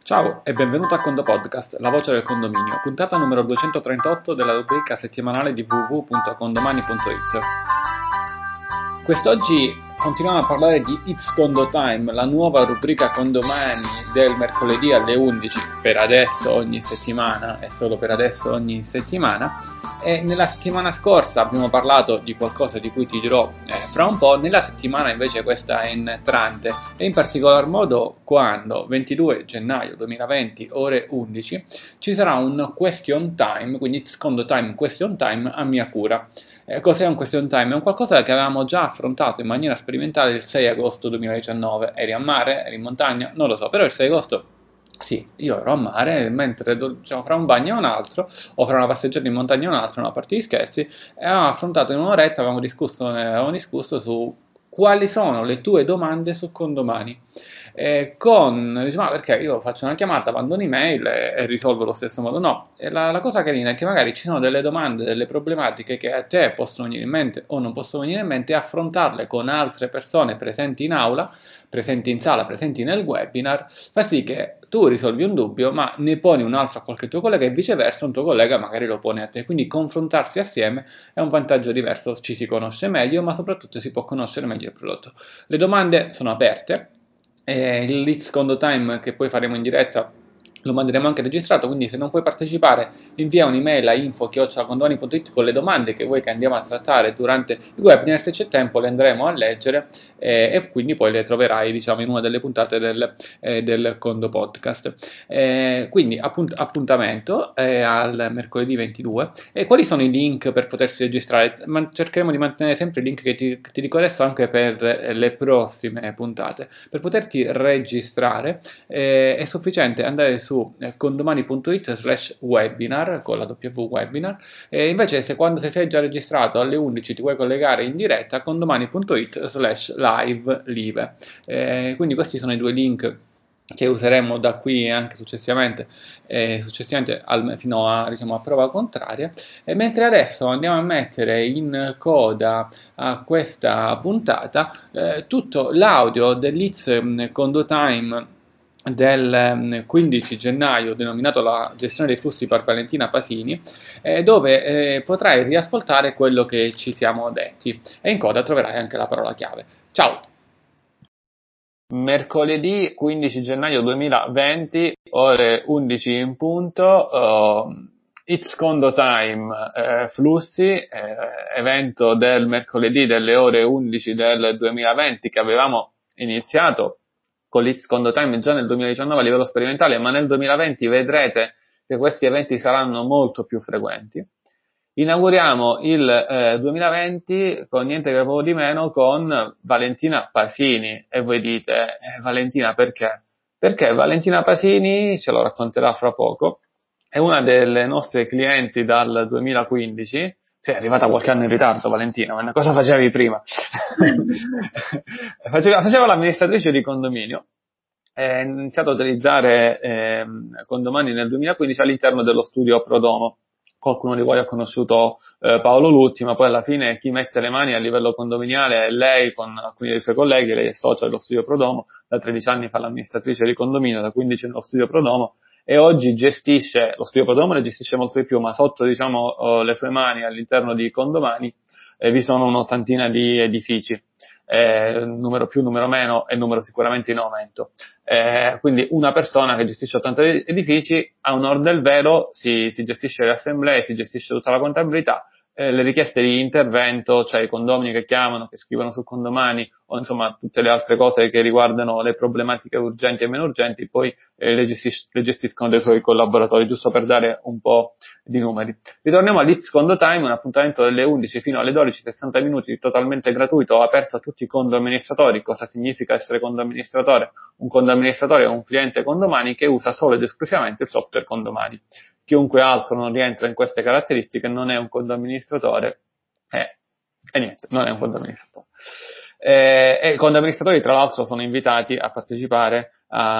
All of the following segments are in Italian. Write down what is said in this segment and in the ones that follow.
Ciao e benvenuto a Condo Podcast, la voce del condominio, puntata numero 238 della rubrica settimanale di www.condomani.it. Quest'oggi continuiamo a parlare di It's Condo Time, la nuova rubrica condomani del mercoledì alle 11, per adesso ogni settimana, e solo per adesso ogni settimana. E nella settimana scorsa abbiamo parlato di qualcosa di cui ti dirò fra un po', nella settimana invece questa è entrante, e in particolar modo quando 22 gennaio 2020 ore 11 ci sarà un question time, quindi It's Condo Time question time a mia cura. Cos'è un question time? È un qualcosa che avevamo già affrontato in maniera sperimentale il 6 agosto 2019. Eri a mare? Eri in montagna? Non lo so, però il 6 agosto sì, io ero a mare, mentre diciamo, fra un bagno e un altro, o fra una passeggiata in montagna e un'altra, una parte di scherzi, e avevamo affrontato in un'oretta, avevamo discusso su quali sono le tue domande su condomani. Diciamo, perché io faccio una chiamata, mando un'email e risolvo allo stesso modo. No, e la cosa carina è che magari ci sono delle domande, delle problematiche che a te possono venire in mente o non possono venire in mente, e affrontarle con altre persone presenti in aula, presenti in sala, presenti nel webinar, fa sì che tu risolvi un dubbio, ma ne poni un altro a qualche tuo collega e viceversa un tuo collega magari lo pone a te. Quindi confrontarsi assieme è un vantaggio diverso, ci si conosce meglio, ma soprattutto si può conoscere meglio il prodotto. Le domande sono aperte. Il It's Condo Time che poi faremo in diretta lo manderemo anche registrato, quindi se non puoi partecipare invia un'email a info@condomani.it con le domande che vuoi che andiamo a trattare durante il webinar. Se c'è tempo le andremo a leggere e quindi poi le troverai, diciamo, in una delle puntate del Condo Podcast. Quindi appuntamento al mercoledì 22. E quali sono i link per potersi registrare? Cercheremo di mantenere sempre i link che ti dico adesso anche per le prossime puntate. Per poterti registrare è sufficiente andare su condomani.it/webinar con la W webinar, e invece quando sei già registrato alle 11 ti vuoi collegare in diretta, condomani.it/live. Quindi questi sono i due link che useremo da qui e anche successivamente fino a, diciamo, a prova contraria. E mentre adesso andiamo a mettere in coda a questa puntata tutto l'audio dell'It's Condo Time del 15 gennaio, denominato la gestione dei flussi per Valentina Pasini, dove potrai riascoltare quello che ci siamo detti, e in coda troverai anche la parola chiave. Ciao! Mercoledì 15 gennaio 2020, ore 11 in punto, It's Condo Time, flussi, evento del mercoledì delle ore 11 del 2020 che avevamo iniziato con l'It's Condo Time già nel 2019 a livello sperimentale, ma nel 2020 vedrete che questi eventi saranno molto più frequenti. Inauguriamo il 2020 con niente che poco di meno con Valentina Pasini, e voi dite Valentina perché? Perché Valentina Pasini, ce lo racconterà fra poco, è una delle nostre clienti dal 2015. Sei arrivata qualche anno in ritardo, Valentina, ma cosa facevi prima? Faceva l'amministratrice di condominio. È iniziato a utilizzare condomani nel 2015 all'interno dello studio Prodomo. Qualcuno di voi ha conosciuto Paolo Lutti, ma poi alla fine chi mette le mani a livello condominiale è lei con alcuni dei suoi colleghi. Lei è socia dello studio Prodomo, da 13 anni fa l'amministratrice di condominio, da 15 nello studio Prodomo, e oggi gestisce lo studio Prodomo, ne gestisce molto di più, ma sotto, diciamo, le sue mani all'interno di condomani vi sono un'ottantina di edifici. Numero più, numero meno, e numero sicuramente in aumento. Quindi una persona che gestisce 80 edifici, a onor del vero si gestisce le assemblee, si gestisce tutta la contabilità, le richieste di intervento, cioè i condomini che chiamano, che scrivono su condomani, o insomma tutte le altre cose che riguardano le problematiche urgenti e meno urgenti, poi le gestiscono dei suoi collaboratori, giusto per dare un po' di numeri. Ritorniamo all'It's Condo Time, un appuntamento dalle 11 fino alle 12, 60 minuti, totalmente gratuito, aperto a tutti i condo amministratori. Cosa significa essere condo amministratore? Un condo amministratore è un cliente condomani che usa solo ed esclusivamente il software condomani. Chiunque altro non rientra in queste caratteristiche non è un condo amministratore, e niente, non è un condo amministratore. E i condo amministratori, tra l'altro, sono invitati a partecipare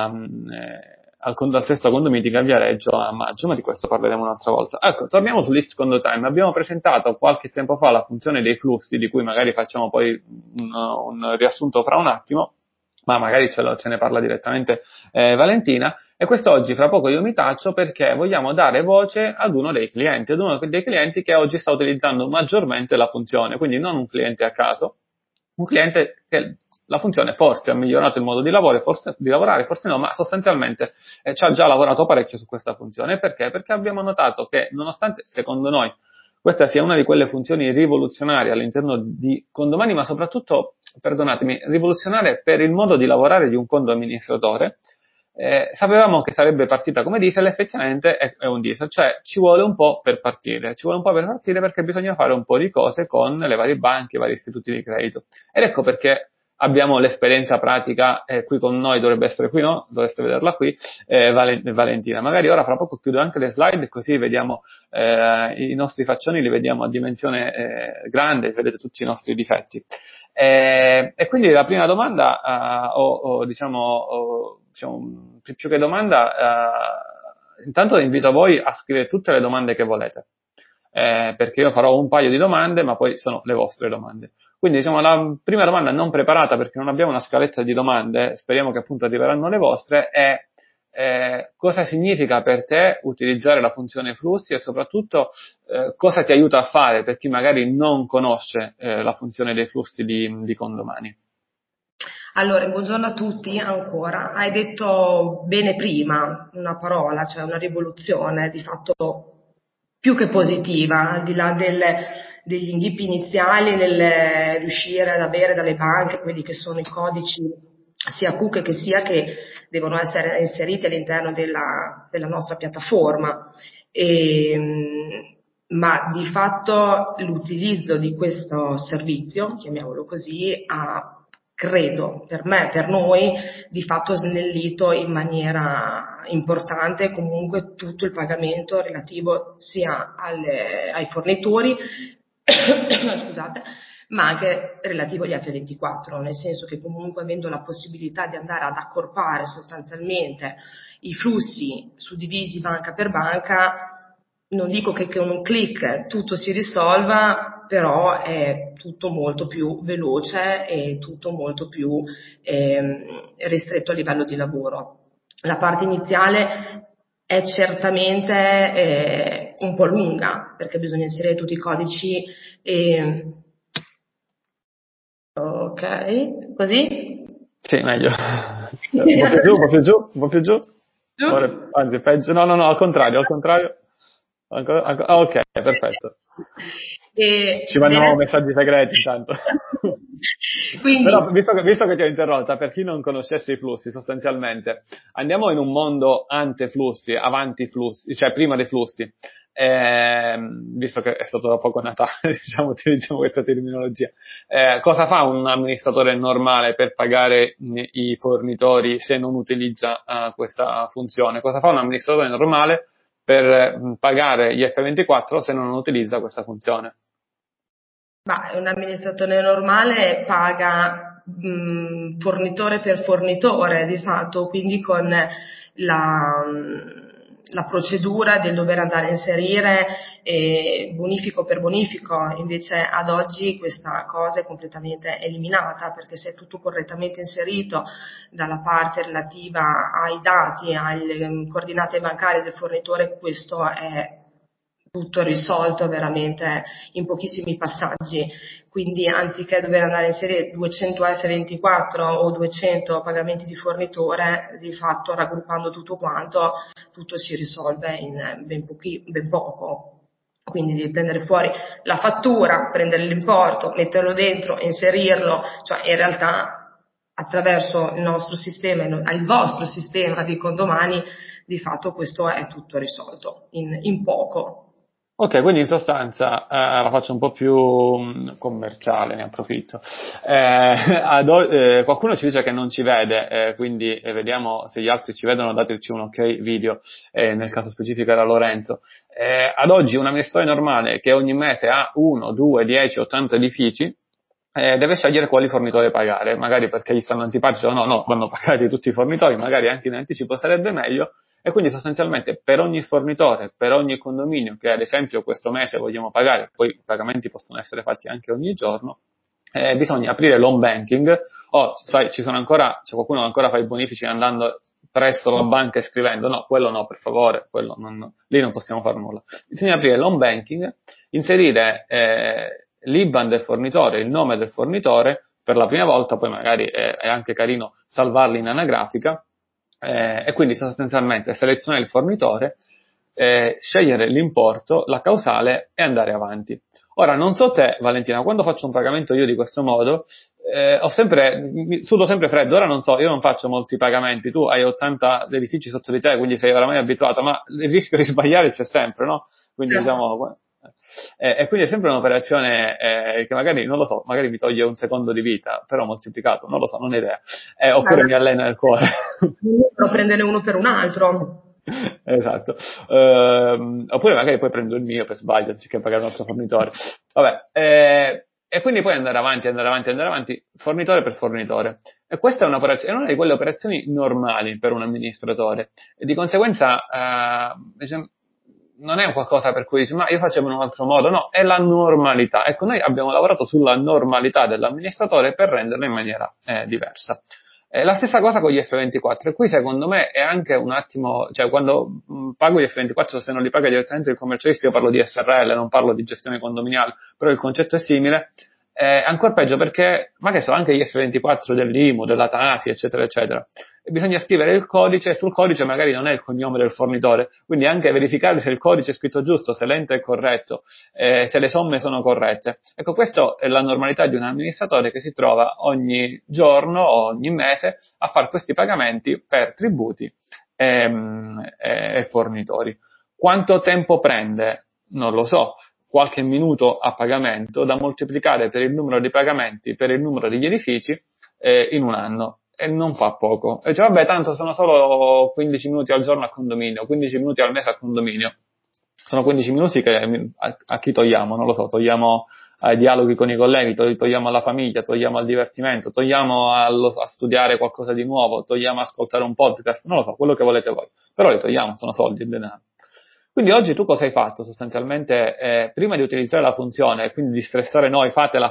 al sesto condo meeting a Viareggio a maggio, ma di questo parleremo un'altra volta. Ecco, torniamo sull'It's Condo Time. Abbiamo presentato qualche tempo fa la funzione dei flussi, di cui magari facciamo poi un riassunto fra un attimo, ma magari ce ne parla direttamente Valentina. E quest'oggi, fra poco io mi taccio perché vogliamo dare voce ad uno dei clienti che oggi sta utilizzando maggiormente la funzione, quindi non un cliente a caso, un cliente che la funzione forse ha migliorato il modo di lavorare, forse no, ma sostanzialmente ci ha già lavorato parecchio su questa funzione. Perché? Perché abbiamo notato che nonostante, secondo noi, questa sia una di quelle funzioni rivoluzionarie all'interno di condomini, ma soprattutto, perdonatemi, rivoluzionaria per il modo di lavorare di un condo amministratore, sapevamo che sarebbe partita come diesel, effettivamente è un diesel, cioè ci vuole un po' per partire, perché bisogna fare un po' di cose con le varie banche, i vari istituti di credito. Ed ecco perché abbiamo l'esperienza pratica qui con noi, dovrebbe essere qui, no? Dovreste vederla qui, Valentina. Magari ora fra poco chiudo anche le slide, così vediamo i nostri faccioni, li vediamo a dimensione grande, vedete tutti i nostri difetti. E quindi la prima domanda, diciamo, più che domanda, intanto invito voi a scrivere tutte le domande che volete, perché io farò un paio di domande, ma poi sono le vostre domande. Quindi diciamo la prima domanda non preparata, perché non abbiamo una scaletta di domande, speriamo che appunto arriveranno le vostre, è cosa significa per te utilizzare la funzione flussi e soprattutto cosa ti aiuta a fare per chi magari non conosce la funzione dei flussi di Condomani. Allora, buongiorno a tutti ancora. Hai detto bene prima una parola, cioè una rivoluzione, di fatto più che positiva, al di là degli inghippi iniziali nel riuscire ad avere dalle banche quelli che sono i codici sia CUC che sia che devono essere inseriti all'interno della nostra piattaforma. Ma di fatto l'utilizzo di questo servizio, chiamiamolo così, credo, per me, per noi, di fatto snellito in maniera importante comunque tutto il pagamento relativo sia ai fornitori, scusate, ma anche relativo agli F24, nel senso che comunque avendo la possibilità di andare ad accorpare sostanzialmente i flussi suddivisi banca per banca, non dico che con un click tutto si risolva, però è tutto molto più veloce e tutto molto più ristretto a livello di lavoro. La parte iniziale è certamente un po' lunga, perché bisogna inserire tutti i codici. Ok, così? Sì, meglio. Un po' più giù. Ora, anzi, peggio. No, al contrario. Ok, perfetto. Ci mandano messaggi segreti intanto. Quindi, però visto che ti ho interrotta, per chi non conoscesse i flussi, sostanzialmente andiamo in un mondo ante flussi, avanti flussi, cioè prima dei flussi, visto che è stato da poco Natale, diciamo, utilizziamo questa terminologia. Cosa fa un amministratore normale per pagare i fornitori se non utilizza questa funzione? Cosa fa un amministratore normale per pagare gli F24 se non utilizza questa funzione? Un amministratore normale paga fornitore per fornitore di fatto, quindi con la procedura del dover andare a inserire bonifico per bonifico. Invece ad oggi questa cosa è completamente eliminata, perché se è tutto correttamente inserito dalla parte relativa ai dati, alle coordinate bancarie del fornitore, questo è tutto risolto veramente in pochissimi passaggi. Quindi anziché dover andare a inserire 200 F24 o 200 pagamenti di fornitore, di fatto raggruppando tutto quanto, tutto si risolve in ben poco. Quindi devi prendere fuori la fattura, prendere l'importo, metterlo dentro, inserirlo, cioè in realtà attraverso il nostro sistema, il vostro sistema di condomani, di fatto questo è tutto risolto in poco. Ok, quindi in sostanza la faccio un po' più commerciale, ne approfitto. Qualcuno ci dice che non ci vede, quindi vediamo se gli altri ci vedono, dateci un ok video, nel caso specifico era Lorenzo. Ad oggi un amministratore normale che ogni mese ha 1, 2, 10, 80 edifici, deve scegliere quali fornitori pagare, magari perché gli stanno antipatici o no, vanno pagati tutti i fornitori, magari anche in anticipo sarebbe meglio. E quindi sostanzialmente per ogni fornitore, per ogni condominio che ad esempio questo mese vogliamo pagare, poi i pagamenti possono essere fatti anche ogni giorno, bisogna aprire l'home banking, o sai, c'è qualcuno che ancora fa i bonifici andando presso la banca e scrivendo, no, quello no, per favore, lì non possiamo fare nulla. Bisogna aprire l'home banking, inserire l'IBAN del fornitore, il nome del fornitore per la prima volta, poi magari è anche carino salvarli in anagrafica, e quindi sostanzialmente selezionare il fornitore, scegliere l'importo, la causale e andare avanti. Ora, non so te, Valentina, quando faccio un pagamento io di questo modo, sudo sempre freddo. Ora non so, io non faccio molti pagamenti, tu hai 80 edifici sotto di te, quindi sei oramai abituato, ma il rischio di sbagliare c'è sempre, no? Quindi diciamo, e quindi è sempre un'operazione che magari, non lo so, magari mi toglie un secondo di vita, però moltiplicato, non lo so, non ho idea. Oppure mi allena il cuore. Però prendere uno per un altro. Esatto. Oppure magari poi prendo il mio per sbaglio anziché pagare un altro fornitore. Vabbè, e quindi poi andare avanti, fornitore per fornitore. E questa è un'operazione, è una di quelle operazioni normali per un amministratore, e di conseguenza non è un qualcosa per cui dici, ma io facevo in un altro modo, no, è la normalità. Ecco, noi abbiamo lavorato sulla normalità dell'amministratore per renderla in maniera diversa. La stessa cosa con gli F24, e qui secondo me è anche un attimo, cioè quando pago gli F24, se non li paga direttamente il commercialista, io parlo di SRL, non parlo di gestione condominiale, però il concetto è simile. Ancora peggio perché, ma che so, anche gli F24 dell'IMU, della TASI, eccetera, eccetera. E bisogna scrivere il codice, e sul codice magari non è il cognome del fornitore, quindi anche verificare se il codice è scritto giusto, se l'ente è corretto, se le somme sono corrette. Ecco, questa è la normalità di un amministratore che si trova ogni giorno o ogni mese a fare questi pagamenti per tributi e fornitori. Quanto tempo prende? Non lo so. Qualche minuto a pagamento da moltiplicare per il numero di pagamenti, per il numero degli edifici in un anno, e non fa poco. E dice, vabbè, tanto sono solo 15 minuti al giorno a condominio, 15 minuti al mese a condominio. Sono 15 minuti che a chi togliamo? Non lo so, togliamo ai dialoghi con i colleghi, togliamo alla famiglia, togliamo al divertimento, togliamo a studiare qualcosa di nuovo, togliamo a ascoltare un podcast, non lo so, quello che volete voi. Però li togliamo, sono soldi, denaro. Quindi oggi tu cosa hai fatto sostanzialmente? Prima di utilizzare la funzione e quindi di stressare noi, fatela,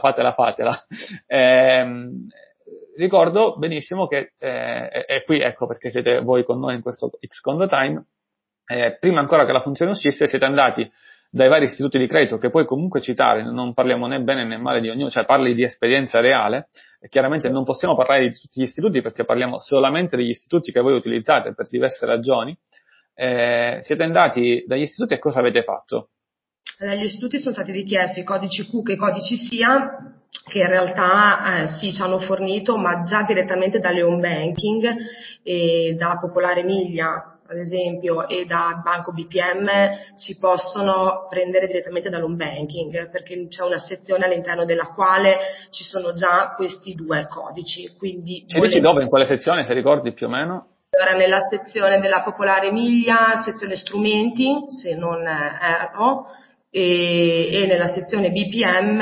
ricordo benissimo che, e qui ecco perché siete voi con noi in questo Xcondo Time, prima ancora che la funzione uscisse siete andati dai vari istituti di credito, che puoi comunque citare, non parliamo né bene né male di ognuno, cioè parli di esperienza reale, e chiaramente non possiamo parlare di tutti gli istituti perché parliamo solamente degli istituti che voi utilizzate per diverse ragioni. Siete andati dagli istituti e cosa avete fatto? Dagli istituti sono stati richiesti i codici Q e i codici SIA, che in realtà sì, ci hanno fornito, ma già direttamente dalle home banking e da Popolare Emilia, ad esempio, e da Banco BPM si possono prendere direttamente dall'home banking, perché c'è una sezione all'interno della quale ci sono già questi due codici. Quindi ci dici dove, in quale sezione, se ricordi più o meno? Era nella sezione della Popolare Emilia, sezione strumenti, se non erro, e nella sezione BPM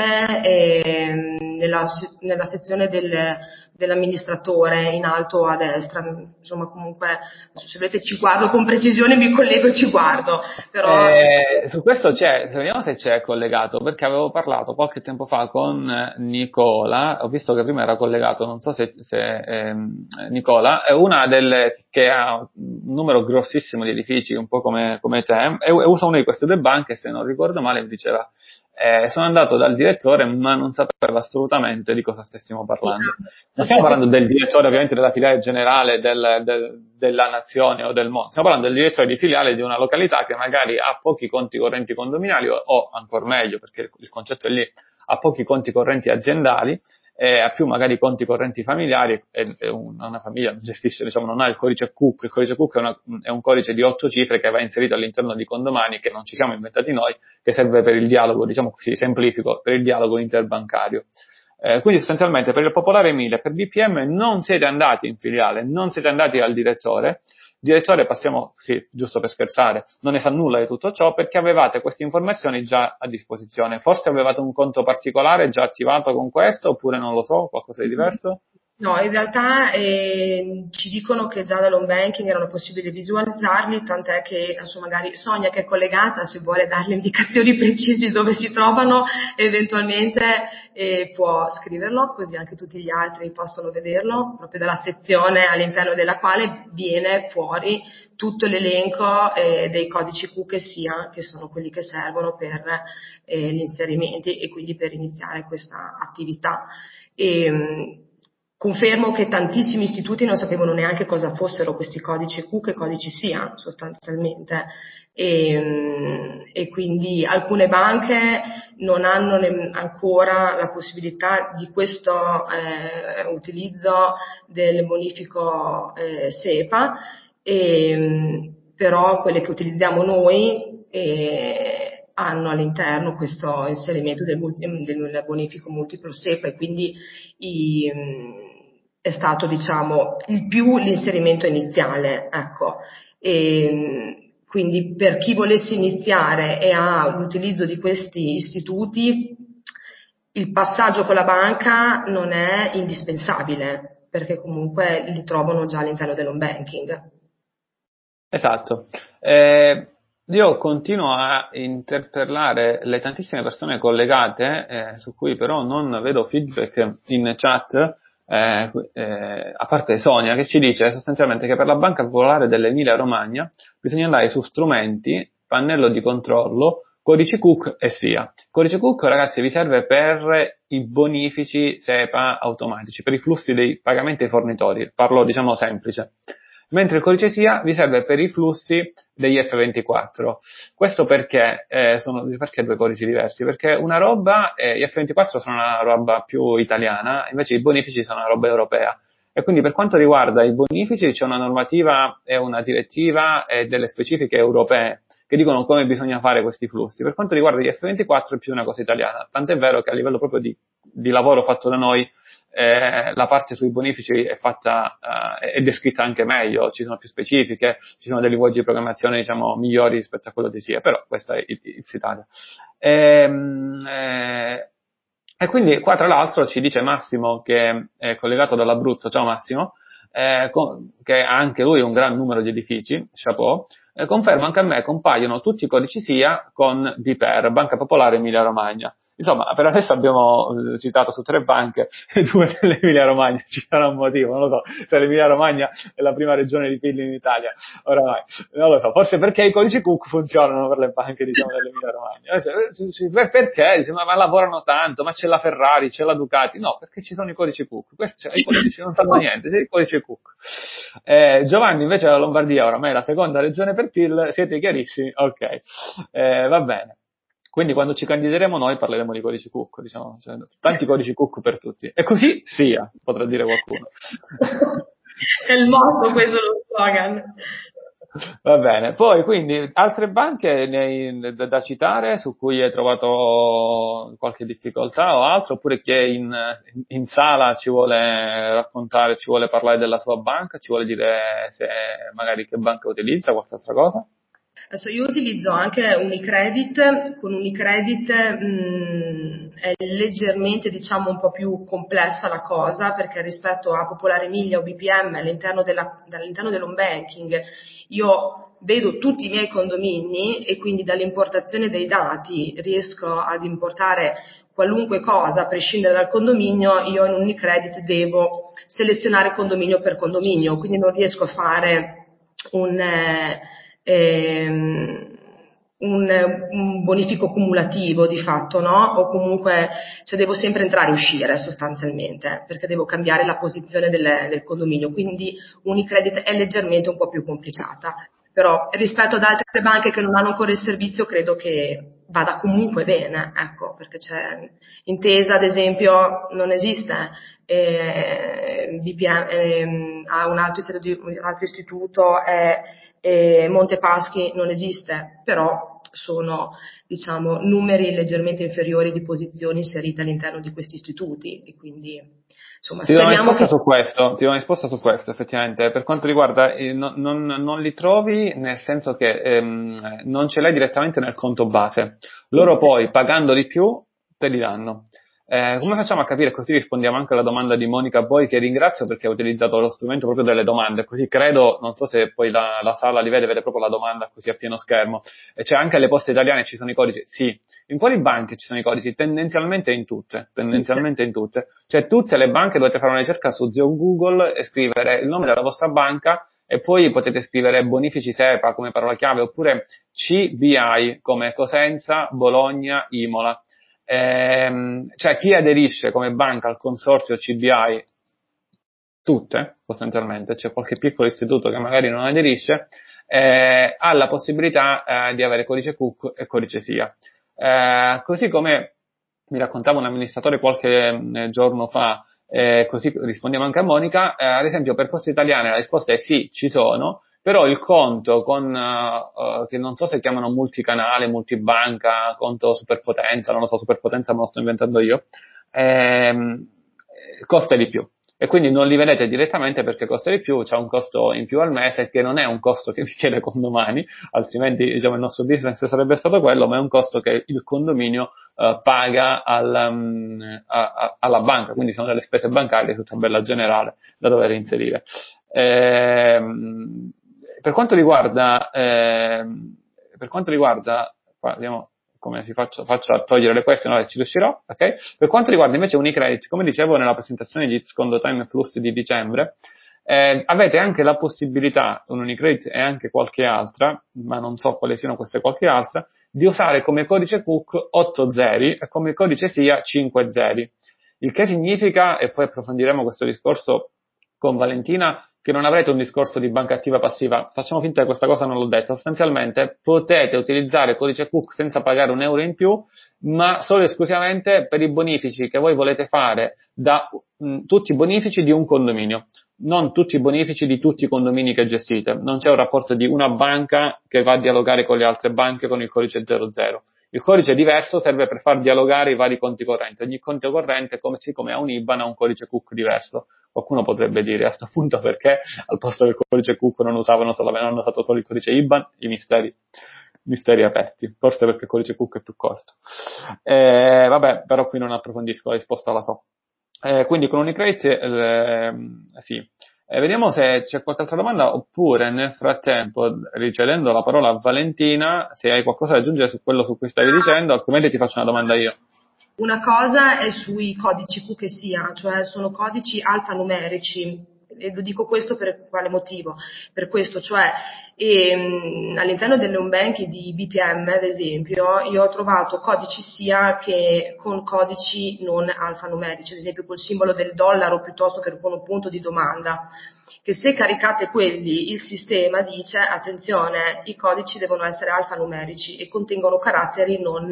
nella sezione dell'amministratore in alto a destra. Insomma, comunque, se volete ci guardo con precisione, mi collego e ci guardo. Però su questo vediamo se c'è collegato, perché avevo parlato qualche tempo fa con Nicola, ho visto che prima era collegato, non so se Nicola, è una che ha un numero grossissimo di edifici, un po' come te, e usa una di queste due banche, se non ricordo male, mi diceva, sono andato dal direttore ma non sapeva assolutamente di cosa stessimo parlando. Non stiamo parlando del direttore ovviamente della filiale generale della nazione o del mondo, stiamo parlando del direttore di filiale di una località che magari ha pochi conti correnti condominiali o ancora meglio, perché il concetto è lì, ha pochi conti correnti aziendali, ha più magari conti correnti familiari, e una famiglia non gestisce, diciamo, non ha il codice CUC. Il codice CUC è un codice di 8 cifre che va inserito all'interno di condomani, che non ci siamo inventati noi, che serve per il dialogo, diciamo così, semplifico, per il dialogo interbancario. Quindi sostanzialmente per il Popolare Emilia e per BPM non siete andati in filiale, non siete andati al direttore, passiamo, sì, giusto per scherzare, non ne sa nulla di tutto ciò, perché avevate queste informazioni già a disposizione. Forse avevate un conto particolare già attivato con questo, oppure non lo so, qualcosa di diverso? No, in realtà ci dicono che già dall'home banking erano possibili visualizzarli, tant'è che adesso magari Sonia, che è collegata, se vuole darle indicazioni precise di dove si trovano, eventualmente può scriverlo, così anche tutti gli altri possono vederlo, proprio dalla sezione all'interno della quale viene fuori tutto l'elenco dei codici Q che sono quelli che servono per gli inserimenti e quindi per iniziare questa attività. Confermo che tantissimi istituti non sapevano neanche cosa fossero questi codici Q, che codici siano sostanzialmente, e quindi alcune banche non hanno ancora la possibilità di questo utilizzo del bonifico SEPA, però quelle che utilizziamo noi hanno all'interno questo inserimento del bonifico multiplo SEPA, e quindi è stato, diciamo, il più l'inserimento iniziale, ecco. Quindi per chi volesse iniziare e ha l'utilizzo di questi istituti, il passaggio con la banca non è indispensabile, perché comunque li trovano già all'interno dell'home banking. Esatto. Io continuo a interpellare le tantissime persone collegate, su cui però non vedo feedback in chat, a parte Sonia, che ci dice sostanzialmente che per la Banca Popolare dell'Emilia Romagna bisogna andare su strumenti, pannello di controllo, codici Cook e SIA. Codice Cook, ragazzi, vi serve per i bonifici SEPA automatici, per i flussi dei pagamenti ai fornitori, parlo diciamo semplice. Mentre il codice SIA vi serve per i flussi degli F24. Questo perché perché due codici diversi? Perché una roba, gli F24 sono una roba più italiana, invece i bonifici sono una roba europea. E quindi per quanto riguarda i bonifici c'è una normativa e una direttiva e delle specifiche europee che dicono come bisogna fare questi flussi. Per quanto riguarda gli F24 è più una cosa italiana, tant'è vero che a livello proprio di lavoro fatto da noi, la parte sui bonifici è fatta, è descritta anche meglio, ci sono più specifiche, ci sono dei linguaggi di programmazione, diciamo, migliori rispetto a quello di SIA, però questa è Italia. E quindi qua tra l'altro ci dice Massimo, che è collegato dall'Abruzzo, ciao Massimo, che ha anche lui un gran numero di edifici, chapeau, conferma anche a me, compaiono tutti i codici SIA con BPER, Banca Popolare Emilia Romagna. Insomma, per adesso abbiamo citato su 3 banche e 2 dell'Emilia Romagna, ci sarà un motivo, non lo so, se l'Emilia Romagna è la prima regione di PIL in Italia, oramai, non lo so, forse perché i codici Cook funzionano per le banche, diciamo, dell'Emilia Romagna. Perché? Dice, ma lavorano tanto, ma c'è la Ferrari, c'è la Ducati, no, perché ci sono i codici Cook, i codici non fanno niente, c'è i codici Cook. Giovanni invece della Lombardia, oramai è la seconda regione per PIL, siete chiarissimi, ok, va bene. Quindi quando ci candideremo noi parleremo di codici Cook, diciamo, cioè, tanti codici Cook per tutti. E così sia, potrà dire qualcuno. È il motto, questo è lo slogan. Va bene, poi quindi altre banche da citare su cui hai trovato qualche difficoltà o altro, oppure chi in sala ci vuole raccontare, ci vuole parlare della sua banca, ci vuole dire se magari che banca utilizza, qualche altra cosa? Adesso io utilizzo anche Unicredit, con Unicredit è leggermente, diciamo, un po' più complessa la cosa, perché rispetto a Popolare Emilia o BPM all'interno dell'home banking io vedo tutti i miei condomini e quindi dall'importazione dei dati riesco ad importare qualunque cosa a prescindere dal condominio. Io in Unicredit devo selezionare condominio per condominio, quindi non riesco a fare un bonifico cumulativo di fatto, no? O comunque, cioè devo sempre entrare e uscire sostanzialmente, perché devo cambiare la posizione del condominio, quindi Unicredit è leggermente un po' più complicata, però rispetto ad altre banche che non hanno ancora il servizio credo che vada comunque bene, ecco, perché c'è Intesa ad esempio non esiste, ha un altro istituto Montepaschi non esiste, però sono, diciamo, numeri leggermente inferiori di posizioni inserite all'interno di questi istituti, e quindi insomma ti do una speriamo risposta su questo, effettivamente. Per quanto riguarda, non li trovi, nel senso che non ce l'hai direttamente nel conto base. Loro poi, pagando di più, te li danno. Come facciamo a capire? Così rispondiamo anche alla domanda di Monica Boi, che ringrazio perché ha utilizzato lo strumento proprio delle domande, così credo, non so se poi la sala li vede proprio la domanda così a pieno schermo. E cioè anche alle poste italiane ci sono i codici? Sì. In quali banche ci sono i codici? Tendenzialmente in tutte. Cioè tutte le banche dovete fare una ricerca su Zio Google e scrivere il nome della vostra banca e poi potete scrivere bonifici SEPA come parola chiave oppure CBI come Cosenza, Bologna, Imola. Cioè chi aderisce come banca al consorzio CBI, tutte sostanzialmente, c'è qualche piccolo istituto che magari non aderisce, ha la possibilità di avere codice COOC e codice SIA. Così come mi raccontava un amministratore qualche giorno fa, così rispondiamo anche a Monica, ad esempio per Poste Italiane la risposta è sì, ci sono, però il conto che non so se chiamano multicanale, multibanca, conto superpotenza, non lo so, superpotenza me lo sto inventando io, costa di più. E quindi non li vedete direttamente perché costa di più, c'è un costo in più al mese che non è un costo che vi chiede condomani, altrimenti diciamo il nostro business sarebbe stato quello, ma è un costo che il condominio paga alla banca, quindi sono delle spese bancarie su tabella generale da dover inserire. Per quanto riguarda, qua vediamo come faccio a togliere le question, ci riuscirò, ok? Per quanto riguarda invece Unicredit, come dicevo nella presentazione di Secondo Time Flussi di dicembre, avete anche la possibilità, un Unicredit e anche qualche altra, ma non so quali siano queste qualche altra, di usare come codice COOC 8 zeri e come codice SIA 5 zeri. Il che significa, e poi approfondiremo questo discorso con Valentina, che non avrete un discorso di banca attiva passiva. Facciamo finta che questa cosa non l'ho detto. Sostanzialmente potete utilizzare codice COOC senza pagare un euro in più, ma solo e esclusivamente per i bonifici che voi volete fare da tutti i bonifici di un condominio, non tutti i bonifici di tutti i condomini che gestite. Non c'è un rapporto di una banca che va a dialogare con le altre banche con il codice 00. Il codice diverso serve per far dialogare i vari conti correnti. Ogni conto corrente, siccome ha un IBAN, ha un codice COOC diverso. Qualcuno potrebbe dire a questo punto perché al posto del codice COOC non hanno usato solo il codice IBAN, i misteri aperti. Forse perché il codice COOC è più corto. Vabbè, però qui non approfondisco, la risposta la so. Quindi con Unicredit, sì. Vediamo se c'è qualche altra domanda, oppure nel frattempo, ricevendo la parola a Valentina, se hai qualcosa da aggiungere su quello su cui stavi dicendo, altrimenti ti faccio una domanda io. Una cosa è sui codici COOC e SIA, cioè sono codici alfanumerici. E lo dico questo per quale motivo? Per questo, cioè all'interno dell'home banking di BPM, ad esempio, io ho trovato codici SIA che con codici non alfanumerici, ad esempio col simbolo del dollaro piuttosto che con un punto di domanda, che se caricate quelli il sistema dice attenzione, i codici devono essere alfanumerici e contengono caratteri non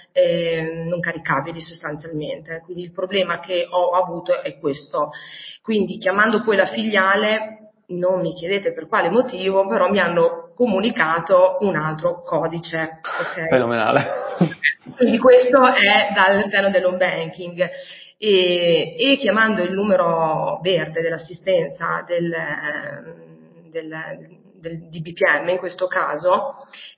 caricabili sostanzialmente. Quindi il problema che ho avuto è questo. Quindi chiamando poi la filiale, non mi chiedete per quale motivo, però mi hanno comunicato un altro codice. Okay? Fenomenale. Quindi questo è dall'interno dell'home banking. E chiamando il numero verde dell'assistenza di BPM in questo caso,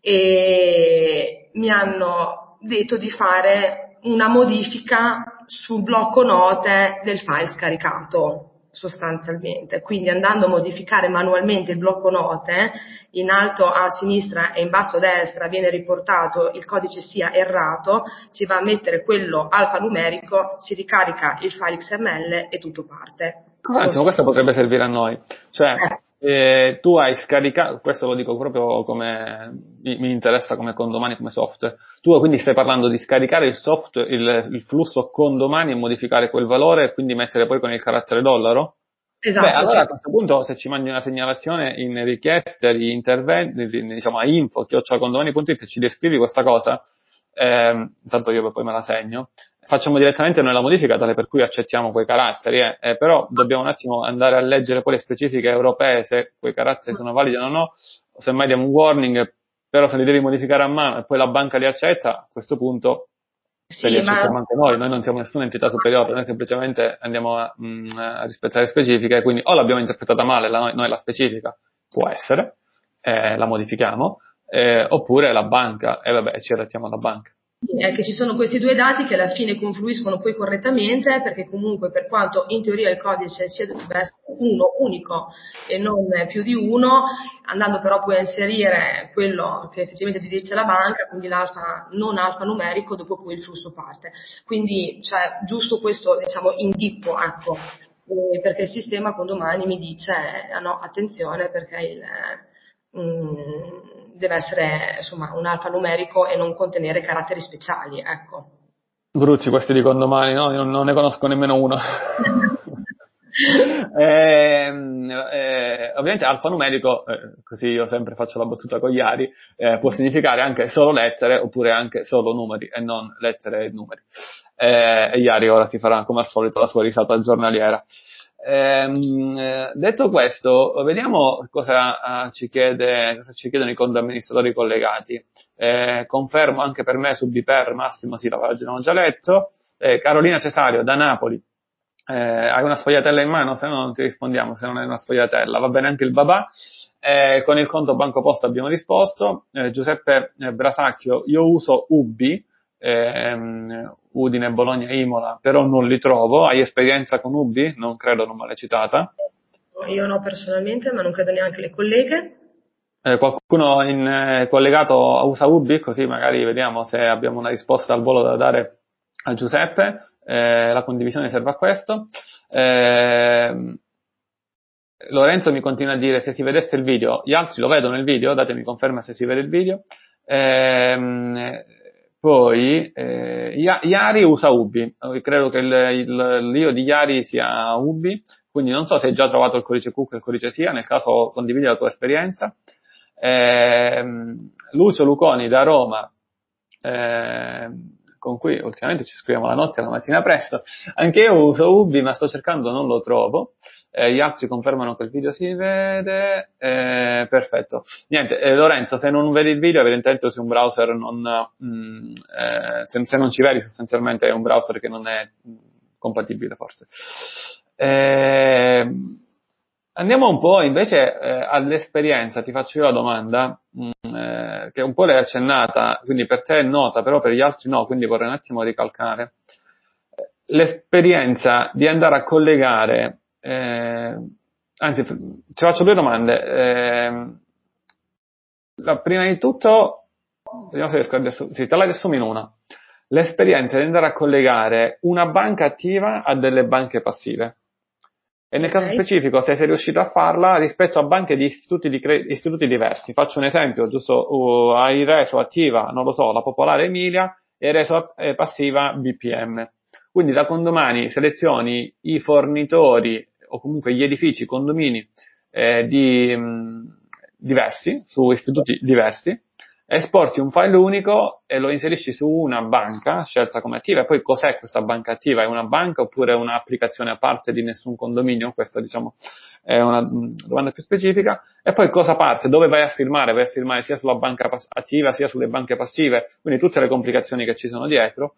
mi hanno detto di fare una modifica sul blocco note del file scaricato sostanzialmente, quindi andando a modificare manualmente il blocco note, in alto a sinistra e in basso a destra viene riportato il codice SIA errato, si va a mettere quello alfanumerico, si ricarica il file XML e tutto parte. Questo potrebbe servire a noi, cioè tu hai scaricato, questo lo dico proprio come mi interessa come condomani, come software, tu quindi stai parlando di scaricare il software, il flusso condomani e modificare quel valore e quindi mettere poi con il carattere dollaro? Esatto. Beh, allora a questo punto se ci mandi una segnalazione in richieste di interventi, diciamo a info@condomani.it, ci descrivi questa cosa, intanto io poi me la segno, facciamo direttamente noi la modifica tale per cui accettiamo quei caratteri, però dobbiamo un attimo andare a leggere poi le specifiche europee se quei caratteri sono validi o no, o semmai diamo un warning, però se li devi modificare a mano e poi la banca li accetta, a questo punto se li accettiamo anche noi non siamo nessuna entità superiore, noi semplicemente andiamo a rispettare le specifiche, quindi o l'abbiamo interpretata male noi la specifica, può essere, la modifichiamo, oppure la banca, vabbè, ci adattiamo alla banca. È che ci sono questi due dati che alla fine confluiscono poi correttamente, perché comunque per quanto in teoria il codice dovrebbe essere uno unico e non più di uno, andando però poi a inserire quello che effettivamente ti dice la banca, quindi l'alfa non alfanumerico, dopo poi il flusso parte. Quindi cioè, giusto questo diciamo inghippo, ecco, perché il sistema con domani mi dice no, attenzione perché deve essere insomma un alfanumerico e non contenere caratteri speciali, ecco. Bruci questi di condomani, no? Io non ne conosco nemmeno uno. Ovviamente alfanumerico, così io sempre faccio la battuta con Iari, può significare anche solo lettere oppure anche solo numeri e non lettere e numeri. E Iari ora si farà come al solito la sua risata giornaliera. Detto questo, vediamo cosa ci chiedono i conto amministratori collegati. Confermo anche per me su Biper, Massimo, sì, la pagina ho già letto. Carolina Cesario da Napoli, hai una sfogliatella in mano? Se no non ti rispondiamo, se non hai una sfogliatella. Va bene anche il babà. Con il conto Banco Posta abbiamo risposto. Giuseppe Brasacchio, io uso Ubi, Udine, Bologna, Imola, però non li trovo. Hai esperienza con Ubi? Non credo, non me l'hai citata. Io no personalmente, ma non credo neanche le colleghe. Qualcuno collegato usa Ubi? Così magari vediamo se abbiamo una risposta al volo da dare a Giuseppe. La condivisione serve a questo. Lorenzo mi continua a dire se si vedesse il video. Gli altri lo vedono il video? Datemi conferma se si vede il video. Poi Iari usa Ubi, credo che l'io di Iari sia Ubi, quindi non so se hai già trovato il codice CUC e il codice SIA, nel caso condividi la tua esperienza. Lucio Luconi da Roma, con cui ultimamente ci scriviamo la notte e la mattina presto, anche io uso Ubi ma sto cercando, non lo trovo. Gli altri confermano che il video si vede, perfetto. Niente, Lorenzo, se non vedi il video evidentemente usi un browser se non ci vedi sostanzialmente è un browser che non è compatibile forse. Andiamo un po' invece all'esperienza, ti faccio io la domanda, che un po' l'hai accennata, quindi per te è nota, però per gli altri no, quindi vorrei un attimo ricalcare. L'esperienza di andare a collegare anzi, ci faccio due domande. Prima di tutto, vediamo se riesco te la riassumo in una. L'esperienza di andare a collegare una banca attiva a delle banche passive. E nel caso specifico, se sei riuscito a farla rispetto a banche di istituti diversi. Faccio un esempio, giusto, hai reso attiva, non lo so, la Popolare Emilia e hai reso passiva BPM. Quindi da condomani selezioni i fornitori o comunque gli edifici, condomini diversi, su istituti diversi, esporti un file unico e lo inserisci su una banca scelta come attiva. E poi cos'è questa banca attiva? È una banca oppure un'applicazione a parte di nessun condominio? Questa diciamo è una domanda più specifica. E poi cosa parte? Dove vai a firmare? Vai a firmare sia sulla banca attiva sia sulle banche passive, quindi tutte le complicazioni che ci sono dietro.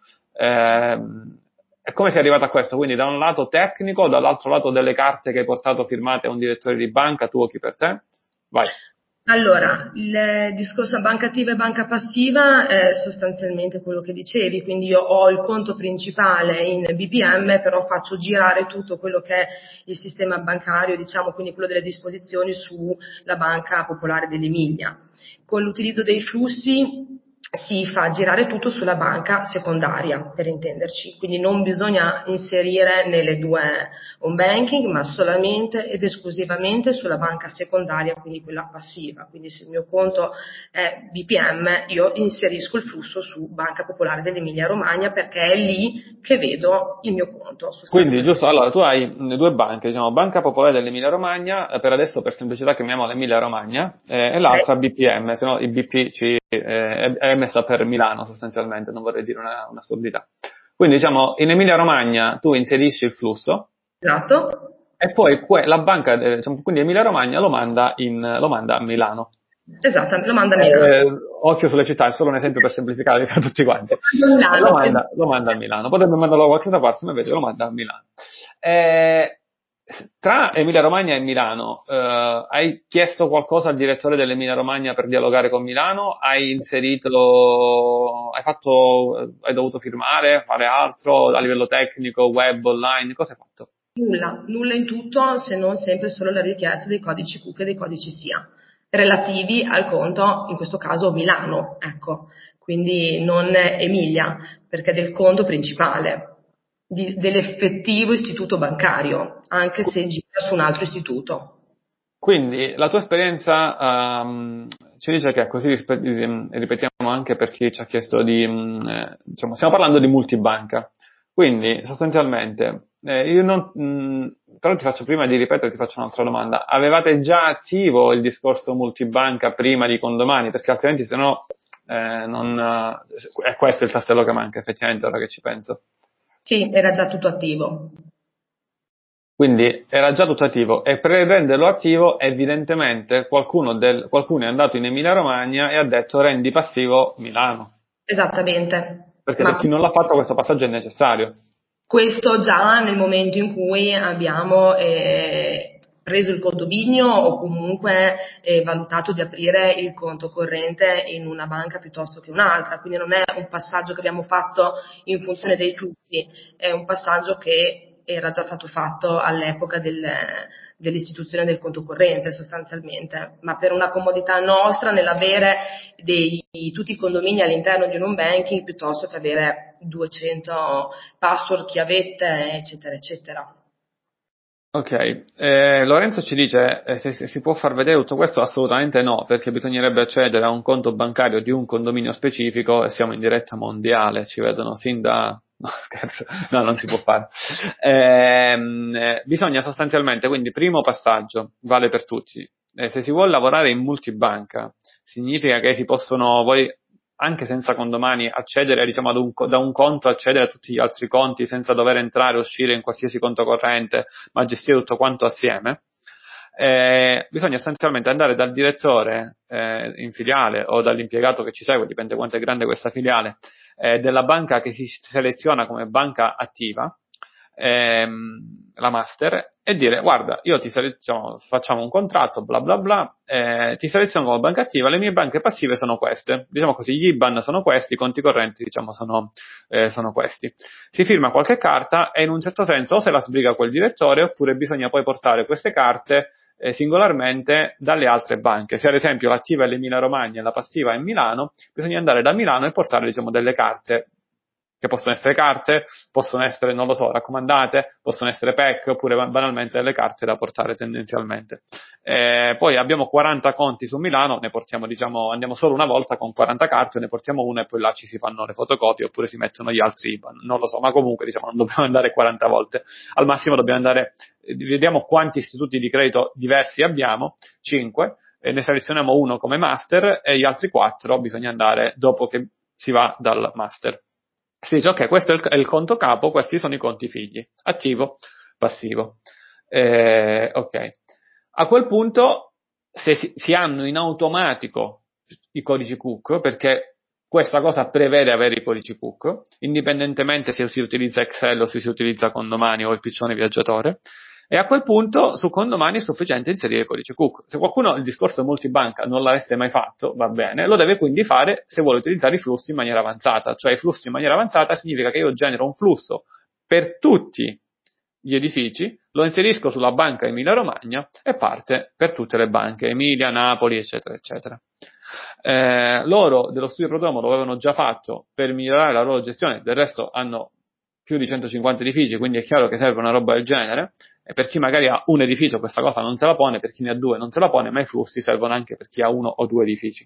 E come sei arrivato a questo? Quindi da un lato tecnico, dall'altro lato delle carte che hai portato firmate a un direttore di banca, tu o chi per te? Vai. Allora, il discorso banca attiva e banca passiva è sostanzialmente quello che dicevi, quindi io ho il conto principale in BPM, però faccio girare tutto quello che è il sistema bancario, diciamo, quindi quello delle disposizioni sulla Banca Popolare dell'Emilia. Con l'utilizzo dei flussi si fa girare tutto sulla banca secondaria, per intenderci, quindi non bisogna inserire nelle due home banking, ma solamente ed esclusivamente sulla banca secondaria, quindi quella passiva. Quindi se il mio conto è BPM, io inserisco il flusso su Banca Popolare dell'Emilia Romagna perché è lì che vedo il mio conto. Quindi giusto, allora tu hai due banche, diciamo Banca Popolare dell'Emilia Romagna, per adesso per semplicità chiamiamola Emilia Romagna, e l'altra BPM, se no il BP è messa per Milano sostanzialmente, non vorrei dire un'assurdità. Quindi diciamo in Emilia Romagna tu inserisci il flusso. Esatto. E poi la banca, diciamo, quindi Emilia Romagna lo manda a Milano. Esatto, lo manda a Milano. Occhio sulle città, è solo un esempio per semplificare per tutti quanti. Lo manda a Milano. Potrebbe mandarlo da qualche altra parte, ma invece lo manda a Milano. Tra Emilia Romagna e Milano, hai chiesto qualcosa al direttore dell'Emilia Romagna per dialogare con Milano? Hai dovuto firmare, fare altro a livello tecnico, web, online? Cosa hai fatto? Nulla in tutto, se non sempre solo la richiesta dei codici CUC e dei codici SIA, relativi al conto, in questo caso Milano, ecco, quindi non Emilia, perché è del conto principale, dell'effettivo istituto bancario, anche se gira su un altro istituto. Quindi la tua esperienza ci dice che, così ripetiamo anche per chi ci ha chiesto diciamo, stiamo parlando di multibanca. Quindi sostanzialmente, io non, però ti faccio, prima di ripetere, ti faccio un'altra domanda. Avevate già attivo il discorso multibanca prima di Condomani? Perché altrimenti se no, è questo il tassello che manca, effettivamente, ora che ci penso. Sì, era già tutto attivo. Quindi era già tutto attivo, e per renderlo attivo evidentemente qualcuno è andato in Emilia Romagna e ha detto rendi passivo Milano, Esattamente. perché per Ma chi non l'ha fatto questo passaggio è necessario. questo già nel momento in cui abbiamo preso il condominio o comunque valutato di aprire il conto corrente in una banca piuttosto che un'altra, quindi non è un passaggio che abbiamo fatto in funzione dei flussi, è un passaggio che era già stato fatto all'epoca dell'istituzione del conto corrente sostanzialmente, ma per una comodità nostra nell'avere tutti i condomini all'interno di un home banking piuttosto che avere 200 password, chiavette, eccetera, eccetera. Ok, Lorenzo ci dice se si può far vedere tutto questo. Assolutamente no, perché bisognerebbe accedere a un conto bancario di un condominio specifico e siamo in diretta mondiale, ci vedono sin da... No, scherzo, no, non si può fare. Bisogna sostanzialmente, quindi primo passaggio, vale per tutti, se si vuole lavorare in multibanca, significa che si possono, voi anche senza condomani, accedere, diciamo, da un conto, accedere a tutti gli altri conti senza dover entrare e uscire in qualsiasi conto corrente, ma gestire tutto quanto assieme. Bisogna essenzialmente andare dal direttore in filiale o dall'impiegato che ci segue, dipende quanto è grande questa filiale, della banca che si seleziona come banca attiva, la master, e dire guarda, io ti seleziono, facciamo un contratto, bla bla bla, ti seleziono come banca attiva, le mie banche passive sono queste, diciamo così, gli IBAN sono questi, i conti correnti diciamo sono questi. Si firma qualche carta e in un certo senso o se la sbriga quel direttore oppure bisogna poi portare queste carte singolarmente dalle altre banche. Se ad esempio l'attiva è l'Emilia Romagna e la passiva è Milano, bisogna andare da Milano e portare diciamo delle carte, che possono essere carte, possono essere, non lo so, raccomandate, possono essere PEC, oppure banalmente delle carte da portare tendenzialmente. Poi abbiamo 40 conti su Milano, ne portiamo, diciamo, andiamo solo una volta con 40 carte, ne portiamo una e poi là ci si fanno le fotocopie, oppure si mettono gli altri IBAN, non lo so, ma comunque diciamo non dobbiamo andare 40 volte, al massimo dobbiamo andare, vediamo quanti istituti di credito diversi abbiamo, 5, e ne selezioniamo uno come master e gli altri 4 bisogna andare dopo che si va dal master. Si dice ok, questo è il conto capo, questi sono i conti figli, attivo, passivo. Ok. A quel punto se si hanno in automatico i codici COOC, perché questa cosa prevede avere i codici COOC, indipendentemente se si utilizza Excel o se si utilizza Condomani o il piccione viaggiatore, e a quel punto su Condomani è sufficiente inserire il codice COOC. Se qualcuno il discorso multibanca non l'avesse mai fatto, va bene, lo deve quindi fare se vuole utilizzare i flussi in maniera avanzata. Cioè i flussi in maniera avanzata significa che io genero un flusso per tutti gli edifici, lo inserisco sulla banca Emilia Romagna e parte per tutte le banche, Emilia, Napoli, eccetera, eccetera. Loro dello studio Prodomo lo avevano già fatto per migliorare la loro gestione, del resto hanno più di 150 edifici, quindi è chiaro che serve una roba del genere, e per chi magari ha un edificio questa cosa non se la pone, per chi ne ha due non se la pone, ma i flussi servono anche per chi ha uno o due edifici.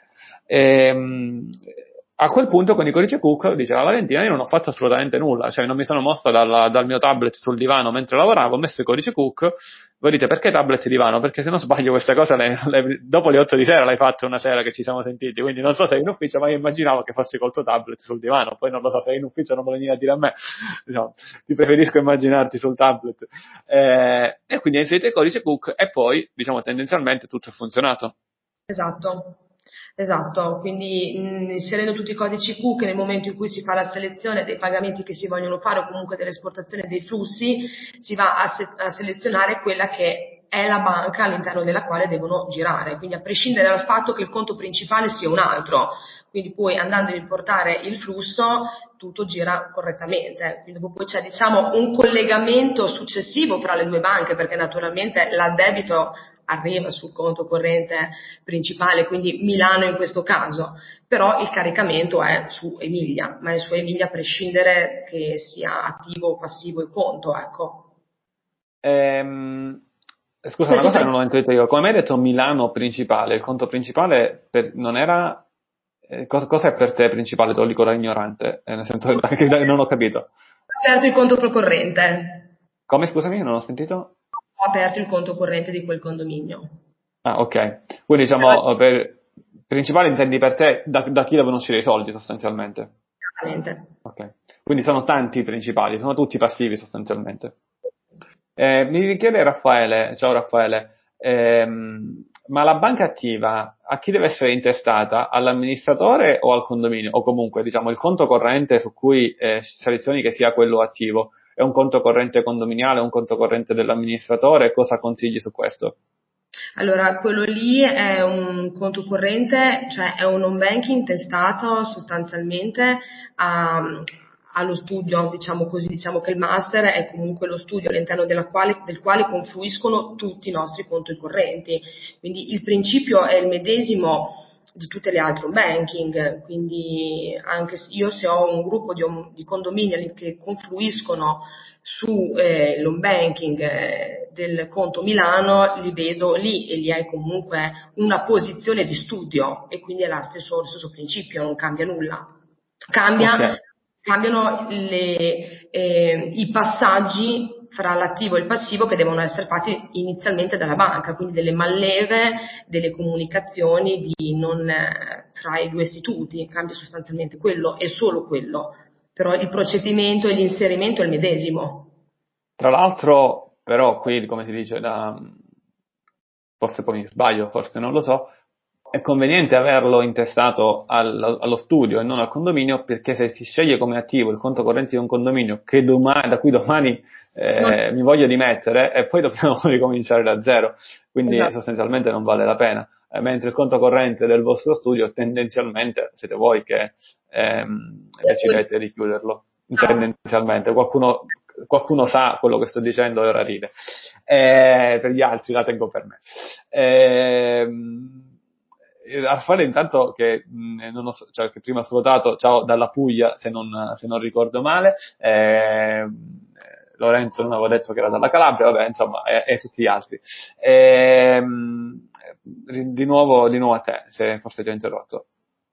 A quel punto con i codici COOC, dice la Valentina, io non ho fatto assolutamente nulla, cioè non mi sono mossa dal mio tablet sul divano mentre lavoravo, ho messo i codici COOC. Voi dite perché tablet e divano? Perché se non sbaglio questa cosa dopo le 8 di sera l'hai fatta una sera che ci siamo sentiti, quindi non so se in ufficio, ma io immaginavo che fossi col tuo tablet sul divano, poi non lo so, se in ufficio non me lo vieni a dire a me, diciamo, ti preferisco immaginarti sul tablet. E quindi hai inserito i codici COOC e poi, diciamo, tendenzialmente tutto è funzionato. Esatto. Esatto, quindi inserendo tutti i codici Q che nel momento in cui si fa la selezione dei pagamenti che si vogliono fare o comunque dell'esportazione dei flussi, si va a selezionare quella che è la banca all'interno della quale devono girare, quindi a prescindere dal fatto che il conto principale sia un altro, quindi poi andando a importare il flusso tutto gira correttamente, quindi poi c'è diciamo un collegamento successivo tra le due banche perché naturalmente l'addebito arriva sul conto corrente principale, quindi Milano in questo caso, però il caricamento è su Emilia, ma è su Emilia a prescindere che sia attivo o passivo il conto, ecco. Scusa, una cosa che non ho intuito io. Come hai detto Milano principale, il conto principale non era... cosa è per te principale? Te lo dico da ignorante, nel senso che non ho capito. Ho aperto il conto corrente. Come, scusami, non ho sentito? Ho aperto il conto corrente di quel condominio. Ah, ok. Quindi diciamo, per principale intendi per te da chi devono uscire i soldi sostanzialmente? Esattamente. Ok. Quindi sono tanti i principali, sono tutti passivi sostanzialmente. Mi chiede Raffaele, ciao Raffaele, ma la banca attiva a chi deve essere intestata? All'amministratore o al condominio? O comunque, diciamo, il conto corrente su cui selezioni che sia quello attivo, è un conto corrente condominiale, un conto corrente dell'amministratore? Cosa consigli su questo? Allora, quello lì è un conto corrente, cioè è un home banking intestato sostanzialmente allo studio, diciamo così, diciamo che il master è comunque lo studio all'interno del quale confluiscono tutti i nostri conti correnti. Quindi il principio è il medesimo di tutte le altre home banking, quindi anche se ho un gruppo di condomini che confluiscono su l'home banking del conto Milano, li vedo lì e lì hai comunque una posizione di studio e quindi è lo stesso principio, non cambia nulla. Okay. Cambiano i passaggi fra l'attivo e il passivo che devono essere fatti inizialmente dalla banca, quindi delle manleve, delle comunicazioni fra i due istituti, cambia sostanzialmente quello e solo quello, però il procedimento e l'inserimento è il medesimo. Tra l'altro, però, qui, come si dice, forse poi mi sbaglio, forse non lo so, è conveniente averlo intestato allo studio e non al condominio, perché se si sceglie come attivo il conto corrente di un condominio da cui domani mi voglio dimettere e poi dobbiamo ricominciare da zero, quindi Esatto. sostanzialmente non vale la pena. Mentre il conto corrente del vostro studio tendenzialmente siete voi che decidete di chiuderlo, tendenzialmente. Qualcuno sa quello che sto dicendo e ora ride. Per gli altri la tengo per me. Raffaele intanto che non ho, cioè, che prima ho salutato, ciao dalla Puglia se non ricordo male, Lorenzo non avevo detto che era dalla Calabria, vabbè insomma e tutti gli altri. Di nuovo a te, se forse ti ho interrotto.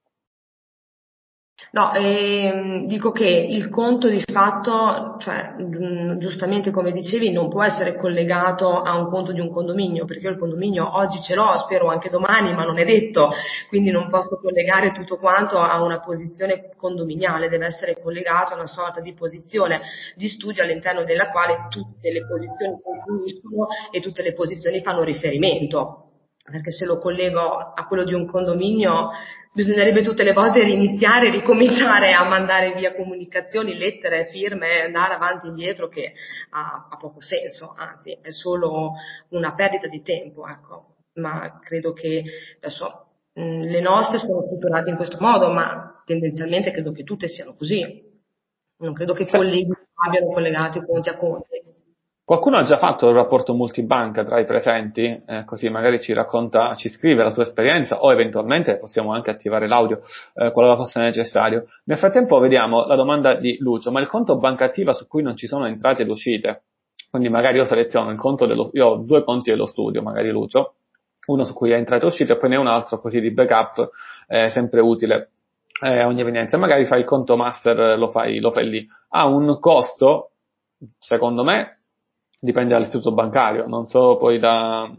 No, dico che il conto di fatto, cioè, giustamente come dicevi, non può essere collegato a un conto di un condominio, perché io il condominio oggi ce l'ho, spero anche domani, ma non è detto, quindi non posso collegare tutto quanto a una posizione condominiale, deve essere collegato a una sorta di posizione di studio all'interno della quale tutte le posizioni confluiscono e tutte le posizioni fanno riferimento. Perché se lo collego a quello di un condominio bisognerebbe tutte le volte riniziare e ricominciare a mandare via comunicazioni, lettere, firme, andare avanti e indietro che ha poco senso, anzi è solo una perdita di tempo, ecco. Ma credo che adesso le nostre sono strutturate in questo modo, ma tendenzialmente credo che tutte siano così. Non credo che i colleghi abbiano collegato conti a conti. Qualcuno ha già fatto un rapporto multibanca tra i presenti, così magari ci racconta, ci scrive la sua esperienza o eventualmente possiamo anche attivare l'audio qualora fosse necessario. Nel frattempo vediamo la domanda di Lucio, ma il conto banca attiva su cui non ci sono entrate ed uscite, quindi magari io seleziono il conto io ho due conti dello studio, magari Lucio, uno su cui è entrate e uscite e poi ne ho un altro così di backup, sempre utile a ogni evenienza, magari fai il conto master, lo fai lì. Ha un costo, secondo me, dipende dall'istituto bancario, non so poi da...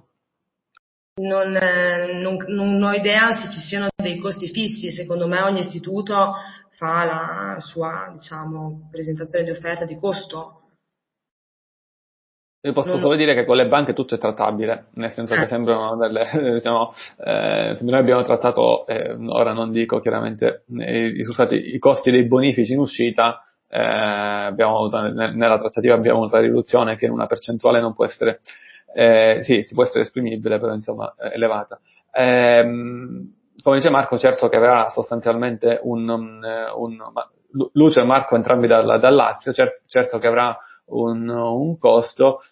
Non ho idea se ci siano dei costi fissi, secondo me ogni istituto fa la sua, diciamo, presentazione di offerta di costo. Io posso solo dire che con le banche tutto è trattabile, nel senso che sembrano delle, diciamo, noi abbiamo trattato, ora non dico chiaramente i costi dei bonifici in uscita, abbiamo avuto, nella trattativa abbiamo avuto la riduzione che in una percentuale non può essere, sì, si può essere esprimibile, però insomma elevata. Come dice Marco, certo che avrà sostanzialmente Lucio e Marco entrambi dal Lazio, certo che avrà un costo.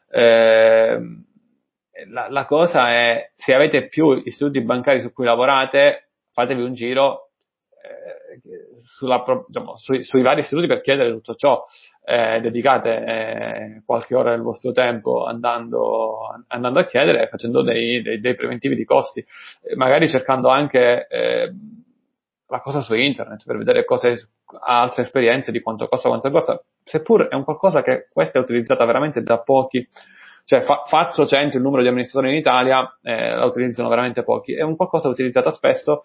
La cosa è, se avete più istituti bancari su cui lavorate, fatevi un giro diciamo, sui vari istituti per chiedere tutto ciò. Dedicate qualche ora del vostro tempo andando a chiedere e facendo dei preventivi di costi, magari cercando anche la cosa su internet per vedere altre esperienze di quanto costa, seppur è un qualcosa che questa è utilizzata veramente da pochi, cioè faccio 100 il numero di amministratori in Italia, la utilizzano veramente pochi, è un qualcosa utilizzato spesso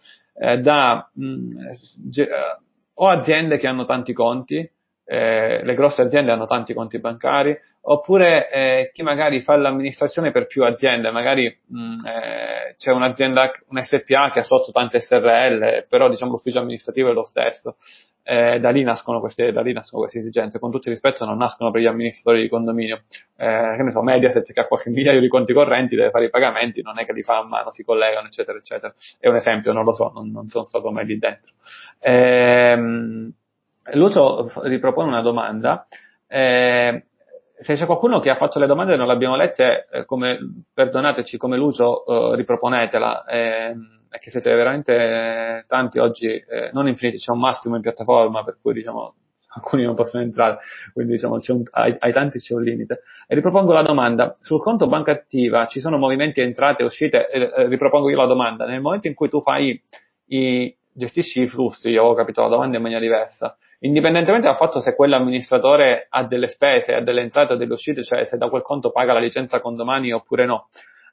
o aziende che hanno tanti conti, le grosse aziende hanno tanti conti bancari, oppure chi magari fa l'amministrazione per più aziende, magari c'è un'azienda, un SPA che ha sotto tante SRL, però diciamo l'ufficio amministrativo è lo stesso. Da lì nascono queste esigenze, con tutto il rispetto non nascono per gli amministratori di condominio, che ne so, Mediaset che ha qualche migliaio di conti correnti deve fare i pagamenti, non è che li fa a mano, si collegano eccetera eccetera, è un esempio, non lo so, non sono stato mai lì dentro. Lucio ripropone una domanda, se c'è qualcuno che ha fatto le domande e non le abbiamo lette, perdonateci, come Lucio, riproponetela, è che siete veramente tanti oggi, non infiniti, c'è un massimo in piattaforma, per cui diciamo alcuni non possono entrare, quindi diciamo ai tanti c'è un limite. E ripropongo la domanda, sul conto banca attiva ci sono movimenti entrate e uscite, ripropongo io la domanda, nel momento in cui tu gestisci i flussi, io ho capito la domanda in maniera diversa, indipendentemente dal fatto se quell'amministratore ha delle spese, ha delle entrate o delle uscite, cioè se da quel conto paga la licenza condomani oppure no,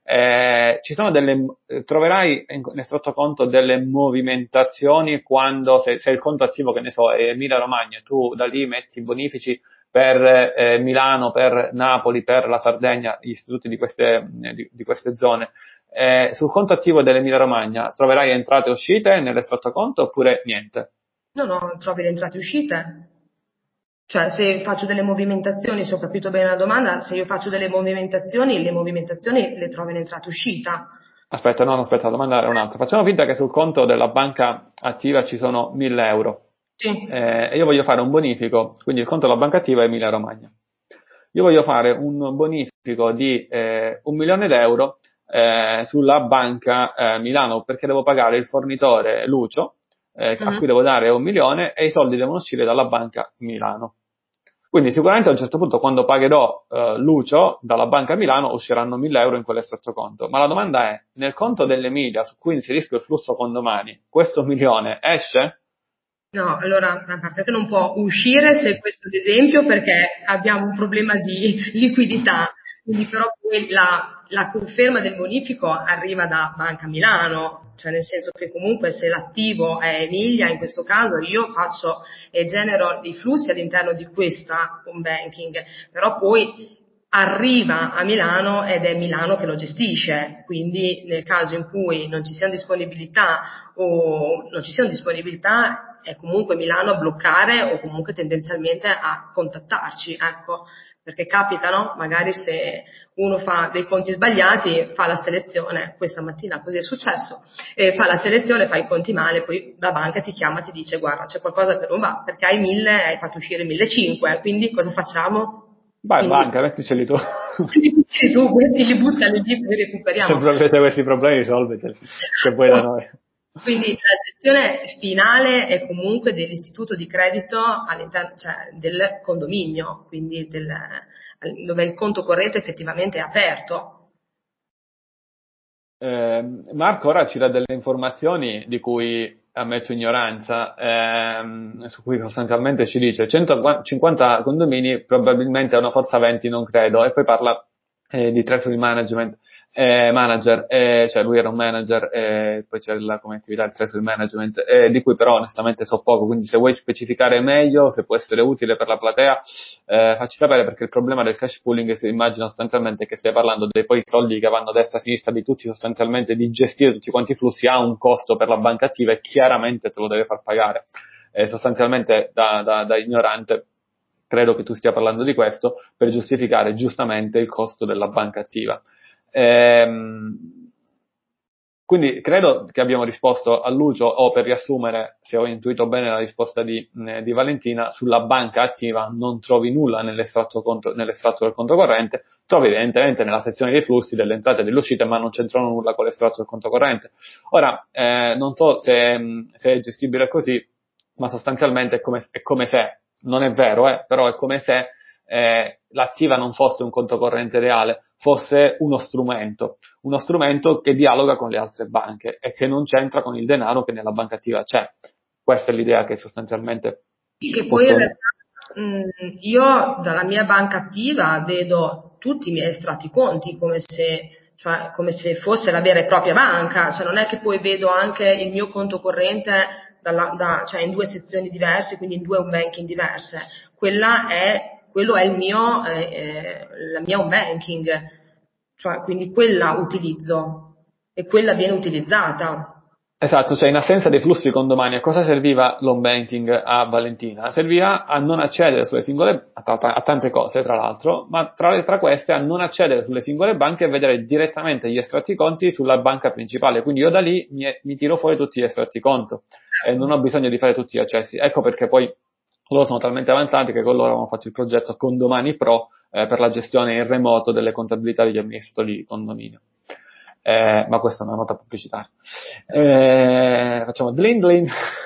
ci sono troverai nell'estratto conto delle movimentazioni quando, se il conto attivo, che ne so, è Emilia Romagna, tu da lì metti bonifici per Milano, per Napoli, per la Sardegna, gli istituti di queste zone. Sul conto attivo dell'Emilia Romagna troverai entrate e uscite nell'estratto conto oppure niente? No, trovi le entrate e uscite. Cioè, se faccio delle movimentazioni, se ho capito bene la domanda, se io faccio delle movimentazioni, le movimentazioni le trovo in entrata e uscita. Aspetta, la domanda era un'altra. Facciamo finta che sul conto della banca attiva ci sono 1.000 euro. Sì. E io voglio fare un bonifico, quindi il conto della banca attiva è Emilia Romagna. Io voglio fare un bonifico di 1 milione d'euro sulla banca Milano, perché devo pagare il fornitore Lucio, a cui devo dare 1 milione, e i soldi devono uscire dalla banca Milano. Quindi sicuramente a un certo punto, quando pagherò Lucio dalla banca Milano, usciranno 1.000 euro in quell'estratto conto. Ma la domanda è, nel conto dell'Emilia, su cui inserisco il flusso condomani, questo 1 milione esce? No, allora, a parte che non può uscire se questo ad esempio, perché abbiamo un problema di liquidità, quindi però poi la conferma del bonifico arriva da Banca Milano, cioè nel senso che comunque se l'attivo è Emilia, in questo caso io faccio e genero i flussi all'interno di questa home banking, però poi arriva a Milano ed è Milano che lo gestisce, quindi nel caso in cui non ci sia disponibilità è comunque Milano a bloccare o comunque tendenzialmente a contattarci, ecco, perché capita, no? Magari se uno fa dei conti sbagliati, fa la selezione, questa mattina così è successo, fa la selezione, fa i conti male, poi la banca ti chiama, ti dice guarda c'è qualcosa che non va, perché hai 1.000, hai fatto uscire 1.500, quindi cosa facciamo? Vai, banca, metticeli tu. Tu, questi li butta lì, li recuperiamo. Se questi problemi risolveteli, se vuoi da noi. Quindi la gestione finale è comunque dell'istituto di credito all'interno, cioè del condominio, quindi dove il conto corrente effettivamente è aperto. Marco ora ci dà delle informazioni di cui ammetto ignoranza, su cui sostanzialmente ci dice 150 condomini, probabilmente a una forza 20 non credo, e poi parla di treasury management. manager, cioè lui era un manager, poi c'è come attività il treasury management, di cui però onestamente so poco, quindi se vuoi specificare meglio, se può essere utile per la platea, facci sapere, perché il problema del cash pooling, si immagina sostanzialmente che stai parlando dei poi soldi che vanno a destra e a sinistra di tutti, sostanzialmente di gestire tutti quanti i flussi, ha un costo per la banca attiva e chiaramente te lo deve far pagare. Sostanzialmente da ignorante credo che tu stia parlando di questo per giustificare giustamente il costo della banca attiva. Quindi credo che abbiamo risposto a Lucio, o per riassumere, se ho intuito bene la risposta di Valentina, sulla banca attiva non trovi nulla nell'estratto del conto corrente, trovi evidentemente nella sezione dei flussi, delle entrate e delle uscite, ma non c'entrano nulla con l'estratto del conto corrente. Ora, non so se è gestibile così, ma sostanzialmente è come se, non è vero, però è come se l'attiva non fosse un conto corrente reale, fosse uno strumento che dialoga con le altre banche e che non c'entra con il denaro che nella banca attiva c'è. Questa è l'idea che sostanzialmente... Che poi in realtà io dalla mia banca attiva vedo tutti i miei estratti conti come se fosse la vera e propria banca, cioè non è che poi vedo anche il mio conto corrente cioè in due sezioni diverse, quindi in due home banking diverse. Quello è il mio, la mia home banking, cioè quindi quella utilizzo e quella viene utilizzata. Esatto, cioè in assenza dei flussi condomani, a cosa serviva l'home banking a Valentina? Serviva a non accedere sulle singole, a tante cose tra l'altro, ma tra queste a non accedere sulle singole banche e vedere direttamente gli estratti conti sulla banca principale. Quindi io da lì mi tiro fuori tutti gli estratti conto e non ho bisogno di fare tutti gli accessi. Ecco perché poi loro sono talmente avanzati che con loro abbiamo fatto il progetto Condomani Pro per la gestione in remoto delle contabilità degli amministratori di condominio. Ma questa è una nota pubblicitaria. Facciamo dlin dlin.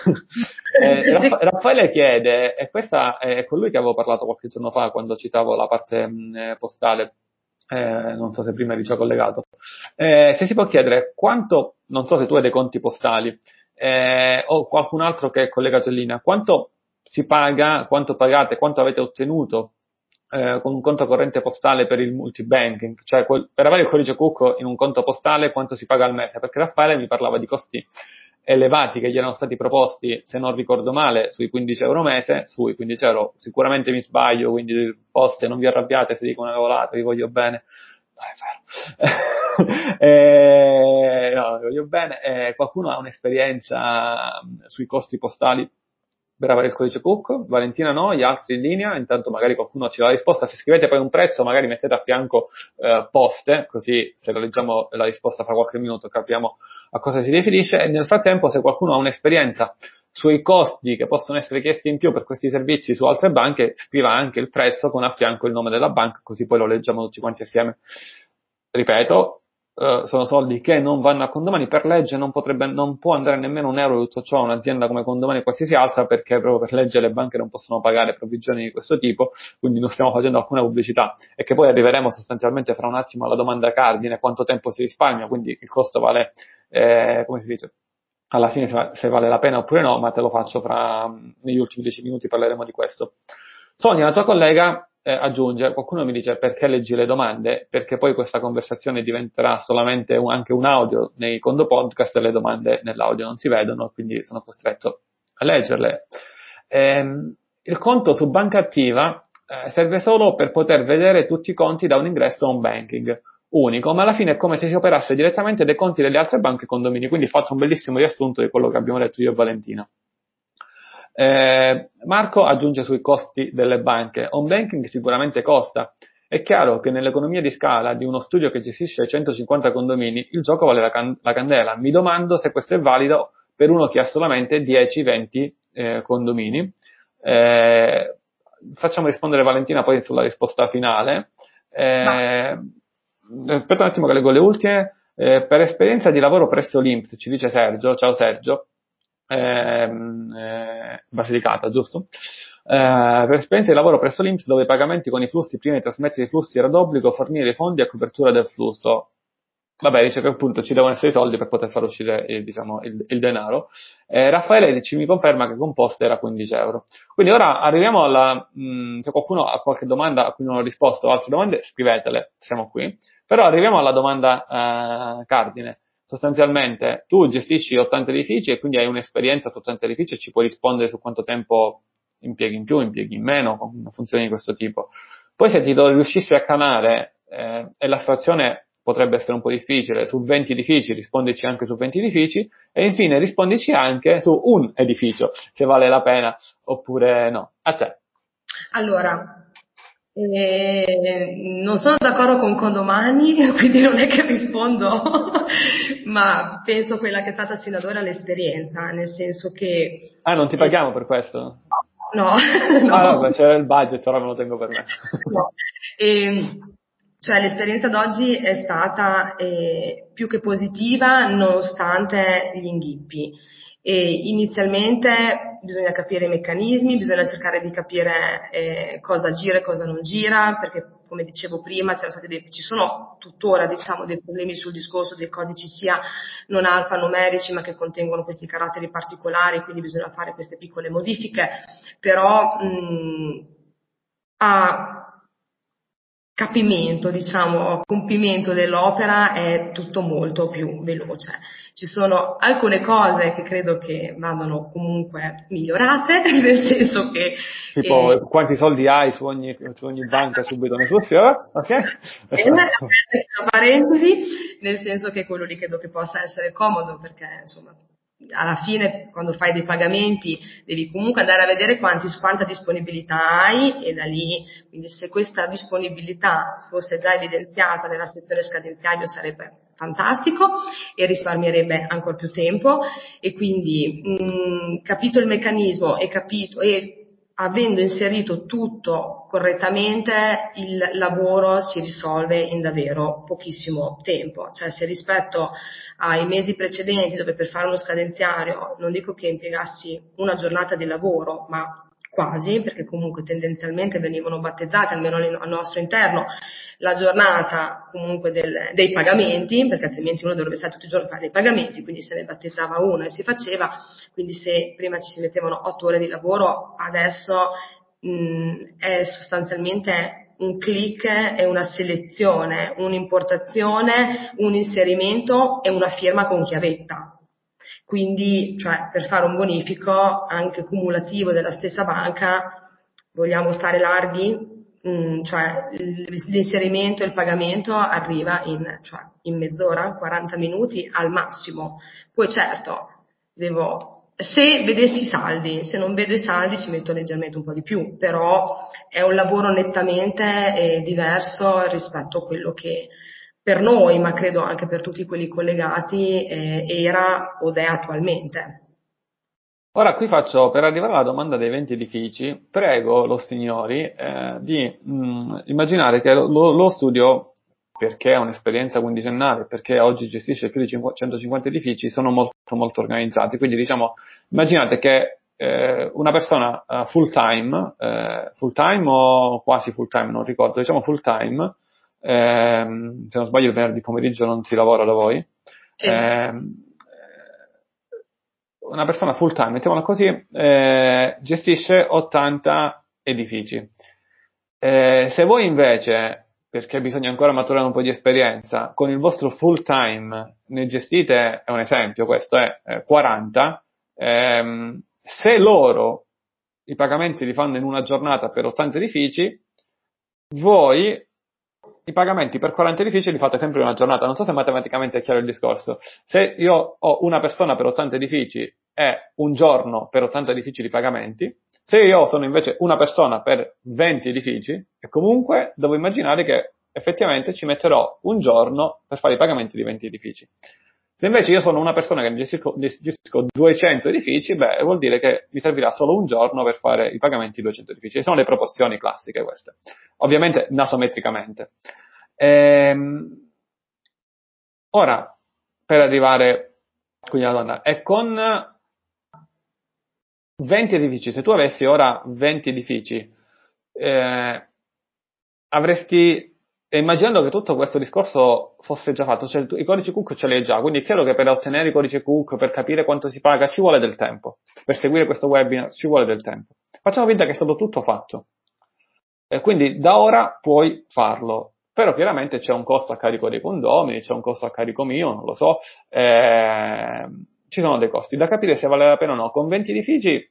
Raffaele chiede, e questa è colui che avevo parlato qualche giorno fa quando citavo la parte postale, non so se prima eri già collegato, se si può chiedere quanto, non so se tu hai dei conti postali o qualcun altro che è collegato in linea, quanto si paga, quanto pagate, quanto avete ottenuto con un conto corrente postale per il multibanking, cioè per avere il codice CUC in un conto postale quanto si paga al mese, perché Raffaele mi parlava di costi elevati che gli erano stati proposti, se non ricordo male, sui 15 euro mese, sui 15 euro, sicuramente mi sbaglio, quindi poste, non vi arrabbiate se dico una cavolata, vi voglio bene. No, vi voglio bene. Qualcuno ha un'esperienza sui costi postali per avere il codice CUC? Valentina no, gli altri in linea, intanto magari qualcuno ci dà la risposta, se scrivete poi un prezzo magari mettete a fianco poste, così se lo leggiamo la risposta fra qualche minuto capiamo a cosa si riferisce, e nel frattempo se qualcuno ha un'esperienza sui costi che possono essere chiesti in più per questi servizi su altre banche, scriva anche il prezzo con a fianco il nome della banca, così poi lo leggiamo tutti quanti assieme. Ripeto, sono soldi che non vanno a Condomani, per legge non può andare nemmeno un euro di tutto ciò a un'azienda come Condomani qualsiasi altra, perché proprio per legge le banche non possono pagare provvigioni di questo tipo, quindi non stiamo facendo alcuna pubblicità, e che poi arriveremo sostanzialmente fra un attimo alla domanda cardine, quanto tempo si risparmia, quindi il costo vale, come si dice, alla fine se vale la pena oppure no, ma te lo faccio negli ultimi 10 minuti parleremo di questo. Sonia, la tua collega aggiunge, qualcuno mi dice perché leggi le domande, perché poi questa conversazione diventerà solamente anche un audio nei Condo Podcast e le domande nell'audio non si vedono, quindi sono costretto a leggerle. Il conto su banca attiva serve solo per poter vedere tutti i conti da un ingresso home banking unico, ma alla fine è come se si operasse direttamente dai conti delle altre banche e condomini, quindi ho fatto un bellissimo riassunto di quello che abbiamo detto io e Valentina. Marco aggiunge sui costi delle banche. Home banking sicuramente costa. È chiaro che nell'economia di scala di uno studio che gestisce 150 condomini il gioco vale la candela. Mi domando se questo è valido per uno che ha solamente 10-20 condomini. Facciamo rispondere Valentina poi sulla risposta finale. Aspetta un attimo che leggo le ultime. Per esperienza di lavoro presso l'INPS, ci dice Sergio. Ciao Sergio. Basilicata, giusto? Per esperienza di lavoro presso l'INPS, dove i pagamenti con i flussi prima di trasmettere i flussi era d'obbligo fornire i fondi a copertura del flusso. Vabbè, dice che appunto ci devono essere i soldi per poter far uscire il denaro. Raffaele mi conferma che con posta era 15 euro. Quindi ora arriviamo se qualcuno ha qualche domanda a cui non ho risposto o altre domande, scrivetele, siamo qui. Però arriviamo alla domanda cardine. Sostanzialmente tu gestisci 80 edifici e quindi hai un'esperienza su 80 edifici e ci puoi rispondere su quanto tempo impieghi in più, impieghi in meno, con una funzione di questo tipo. Poi se ti riuscissi a canare, e l'astrazione potrebbe essere un po' difficile, su 20 edifici, rispondici anche su 20 edifici, e infine rispondici anche su un edificio, se vale la pena oppure no. A te. Allora, non sono d'accordo con condomani, quindi non è che rispondo, ma penso quella che è stata sino ad ora l'esperienza, nel senso che... Ah, non ti paghiamo per questo? No, no. Ah, vabbè, c'era il budget, ora me lo tengo per me. No. Cioè l'esperienza d'oggi è stata più che positiva nonostante gli inghippi. Inizialmente bisogna capire i meccanismi, bisogna cercare di capire cosa gira e cosa non gira, perché come dicevo prima ci sono tuttora diciamo dei problemi sul discorso dei codici sia non alfanumerici ma che contengono questi caratteri particolari, quindi bisogna fare queste piccole modifiche, però a capimento, diciamo, compimento dell'opera è tutto molto più veloce. Ci sono alcune cose che credo che vadano comunque migliorate, nel senso che... Tipo, quanti soldi hai su ogni banca subito nel suo fiore, ok? Parentesi, nel senso che quello lì credo che possa essere comodo, perché insomma... alla fine quando fai dei pagamenti devi comunque andare a vedere quanta disponibilità hai e da lì, quindi se questa disponibilità fosse già evidenziata nella sezione scadenziario sarebbe fantastico e risparmierebbe ancora più tempo e quindi capito il meccanismo e avendo inserito tutto correttamente il lavoro si risolve in davvero pochissimo tempo, cioè se rispetto ai mesi precedenti dove per fare uno scadenziario non dico che impiegassi una giornata di lavoro ma quasi, perché comunque tendenzialmente venivano battezzate almeno al nostro interno la giornata comunque dei pagamenti, perché altrimenti uno dovrebbe stare tutti i giorni a fare dei pagamenti, quindi se ne battezzava uno e si faceva, quindi se prima ci si mettevano 8 ore di lavoro, adesso è sostanzialmente un click e una selezione, un'importazione, un inserimento e una firma con chiavetta. Quindi, cioè, per fare un bonifico anche cumulativo della stessa banca, vogliamo stare larghi? Cioè, l'inserimento e il pagamento arriva in mezz'ora, 40 minuti al massimo. Poi certo, se vedessi i saldi, se non vedo i saldi ci metto leggermente un po' di più, però è un lavoro nettamente diverso rispetto a quello che per noi, ma credo anche per tutti quelli collegati, era o è attualmente. Ora qui faccio, per arrivare alla domanda dei 20 edifici, prego lo signori di immaginare che lo studio, perché ha un'esperienza quindicennale, perché oggi gestisce più di 150 edifici, sono molto molto organizzati. Quindi diciamo, immaginate che una persona full time o quasi full time, non ricordo, diciamo full time, se non sbaglio il venerdì pomeriggio non si lavora da voi, Sì. Una persona full time, mettiamola così, gestisce 80 edifici. Se voi invece, perché bisogna ancora maturare un po' di esperienza, con il vostro full time ne gestite, è un esempio questo, 40, se loro i pagamenti li fanno in una giornata per 80 edifici, voi i pagamenti per 40 edifici li fate sempre in una giornata. Non so se matematicamente è chiaro il discorso. Se io ho una persona per 80 edifici e un giorno per 80 edifici di pagamenti, se io sono invece una persona per 20 edifici, e comunque devo immaginare che effettivamente ci metterò un giorno per fare i pagamenti di 20 edifici. Se invece io sono una persona che gestisco 200 edifici, beh, vuol dire che mi servirà solo un giorno per fare i pagamenti di 200 edifici. Sono le proporzioni classiche queste. Ovviamente nasometricamente. Ora, per arrivare quindi alla domanda, è con 20 edifici, se tu avessi ora 20 edifici, avresti... E immaginando che tutto questo discorso fosse già fatto, cioè i codici Cook ce li hai già, quindi è chiaro che per ottenere i codici Cook, per capire quanto si paga, ci vuole del tempo. Per seguire questo webinar ci vuole del tempo. Facciamo finta che è stato tutto fatto. E quindi da ora puoi farlo. però chiaramente c'è un costo a carico dei condomini, c'è un costo a carico mio, non lo so, ci sono dei costi. Da capire se vale la pena o no. Con 20 edifici,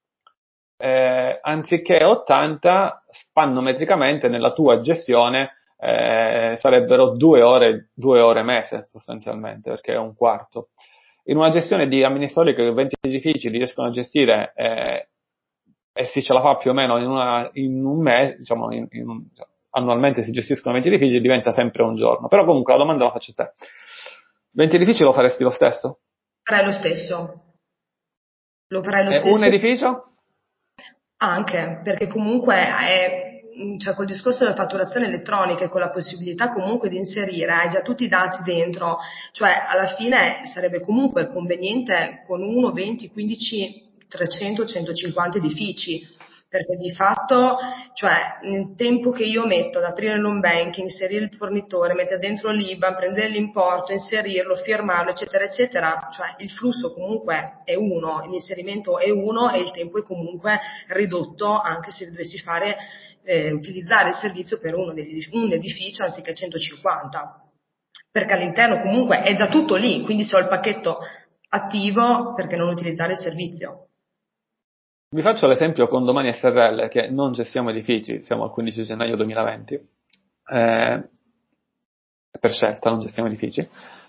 anziché 80, spannometricamente nella tua gestione sarebbero 2 ore mese sostanzialmente, perché è un quarto. In una gestione di amministratori che 20 edifici li riescono a gestire e si ce la fa più o meno in un mese, diciamo, annualmente si gestiscono 20 edifici, diventa sempre un giorno. Però comunque la domanda la faccio a te. 20 edifici lo faresti lo stesso? Farei lo stesso. Lo farei lo E stesso. un edificio? Anche, perché comunque cioè col discorso della fatturazione elettronica e con la possibilità comunque di inserire, hai già tutti i dati dentro, cioè alla fine sarebbe comunque conveniente con 1, 20, 15, 300, 150 edifici, perché di fatto, cioè nel tempo che io metto ad aprire l'home banking, inserire il fornitore, mettere dentro l'IBAN, prendere l'importo, inserirlo, firmarlo, eccetera, eccetera, cioè il flusso comunque è uno, l'inserimento è uno e il tempo è comunque ridotto anche se dovessi fare utilizzare il servizio per un edificio anziché 150, perché all'interno comunque è già tutto lì, quindi se ho il pacchetto attivo, perché non utilizzare il servizio? Vi faccio l'esempio con Domani SRL, che non gestiamo edifici, siamo al 15 gennaio 2020, per scelta non gestiamo edifici.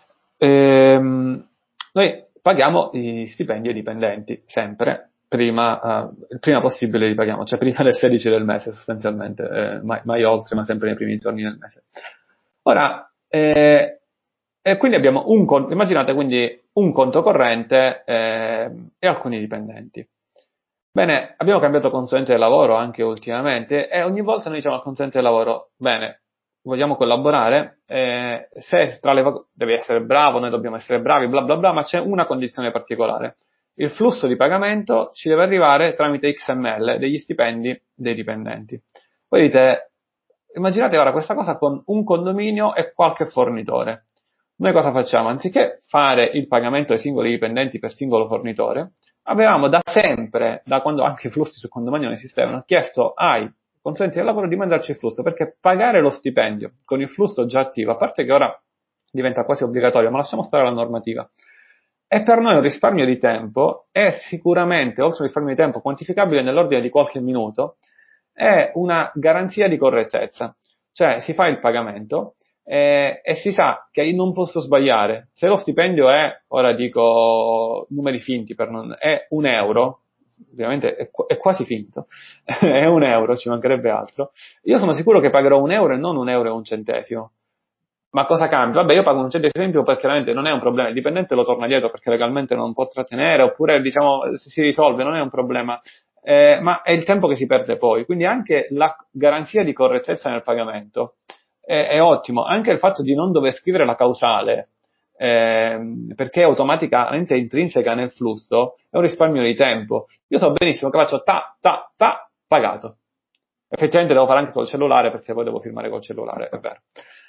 Noi paghiamo i stipendi ai dipendenti, sempre, il prima possibile li paghiamo, cioè prima del 16 del mese sostanzialmente, mai oltre, ma sempre nei primi giorni del mese. Ora, e quindi abbiamo immaginate quindi un conto corrente e alcuni dipendenti. Bene, abbiamo cambiato consulente del lavoro anche ultimamente e ogni volta noi diciamo al consulente del lavoro, bene, vogliamo collaborare, se devi essere bravo, noi dobbiamo essere bravi, bla bla bla, ma c'è una condizione particolare. Il flusso di pagamento ci deve arrivare tramite XML degli stipendi dei dipendenti. Voi dite, immaginate ora questa cosa con un condominio e qualche fornitore. Noi cosa facciamo? Anziché fare il pagamento ai singoli dipendenti per singolo fornitore, avevamo da sempre, da quando anche i flussi sul condominio non esistevano, chiesto ai consulenti del lavoro di mandarci il flusso, perché pagare lo stipendio con il flusso già attivo, a parte che ora diventa quasi obbligatorio, ma lasciamo stare la normativa, è per noi un risparmio di tempo, è sicuramente, oltre un risparmio di tempo quantificabile nell'ordine di qualche minuto, è una garanzia di correttezza. Cioè si fa il pagamento e si sa che non posso sbagliare. Se lo stipendio è, ora dico numeri finti, è €1, ovviamente è quasi finto, è €1, ci mancherebbe altro, io sono sicuro che pagherò €1 e non €1 e un centesimo. Ma cosa cambia? Vabbè, io pago un centesimo in più perché chiaramente non è un problema, il dipendente lo torna dietro perché legalmente non può trattenere, oppure diciamo si risolve, non è un problema, ma è il tempo che si perde poi, quindi anche la garanzia di correttezza nel pagamento è ottimo, anche il fatto di non dover scrivere la causale, perché è automaticamente intrinseca nel flusso, è un risparmio di tempo. Io so benissimo che faccio pagato. Effettivamente devo fare anche col cellulare perché poi devo firmare col cellulare, è vero.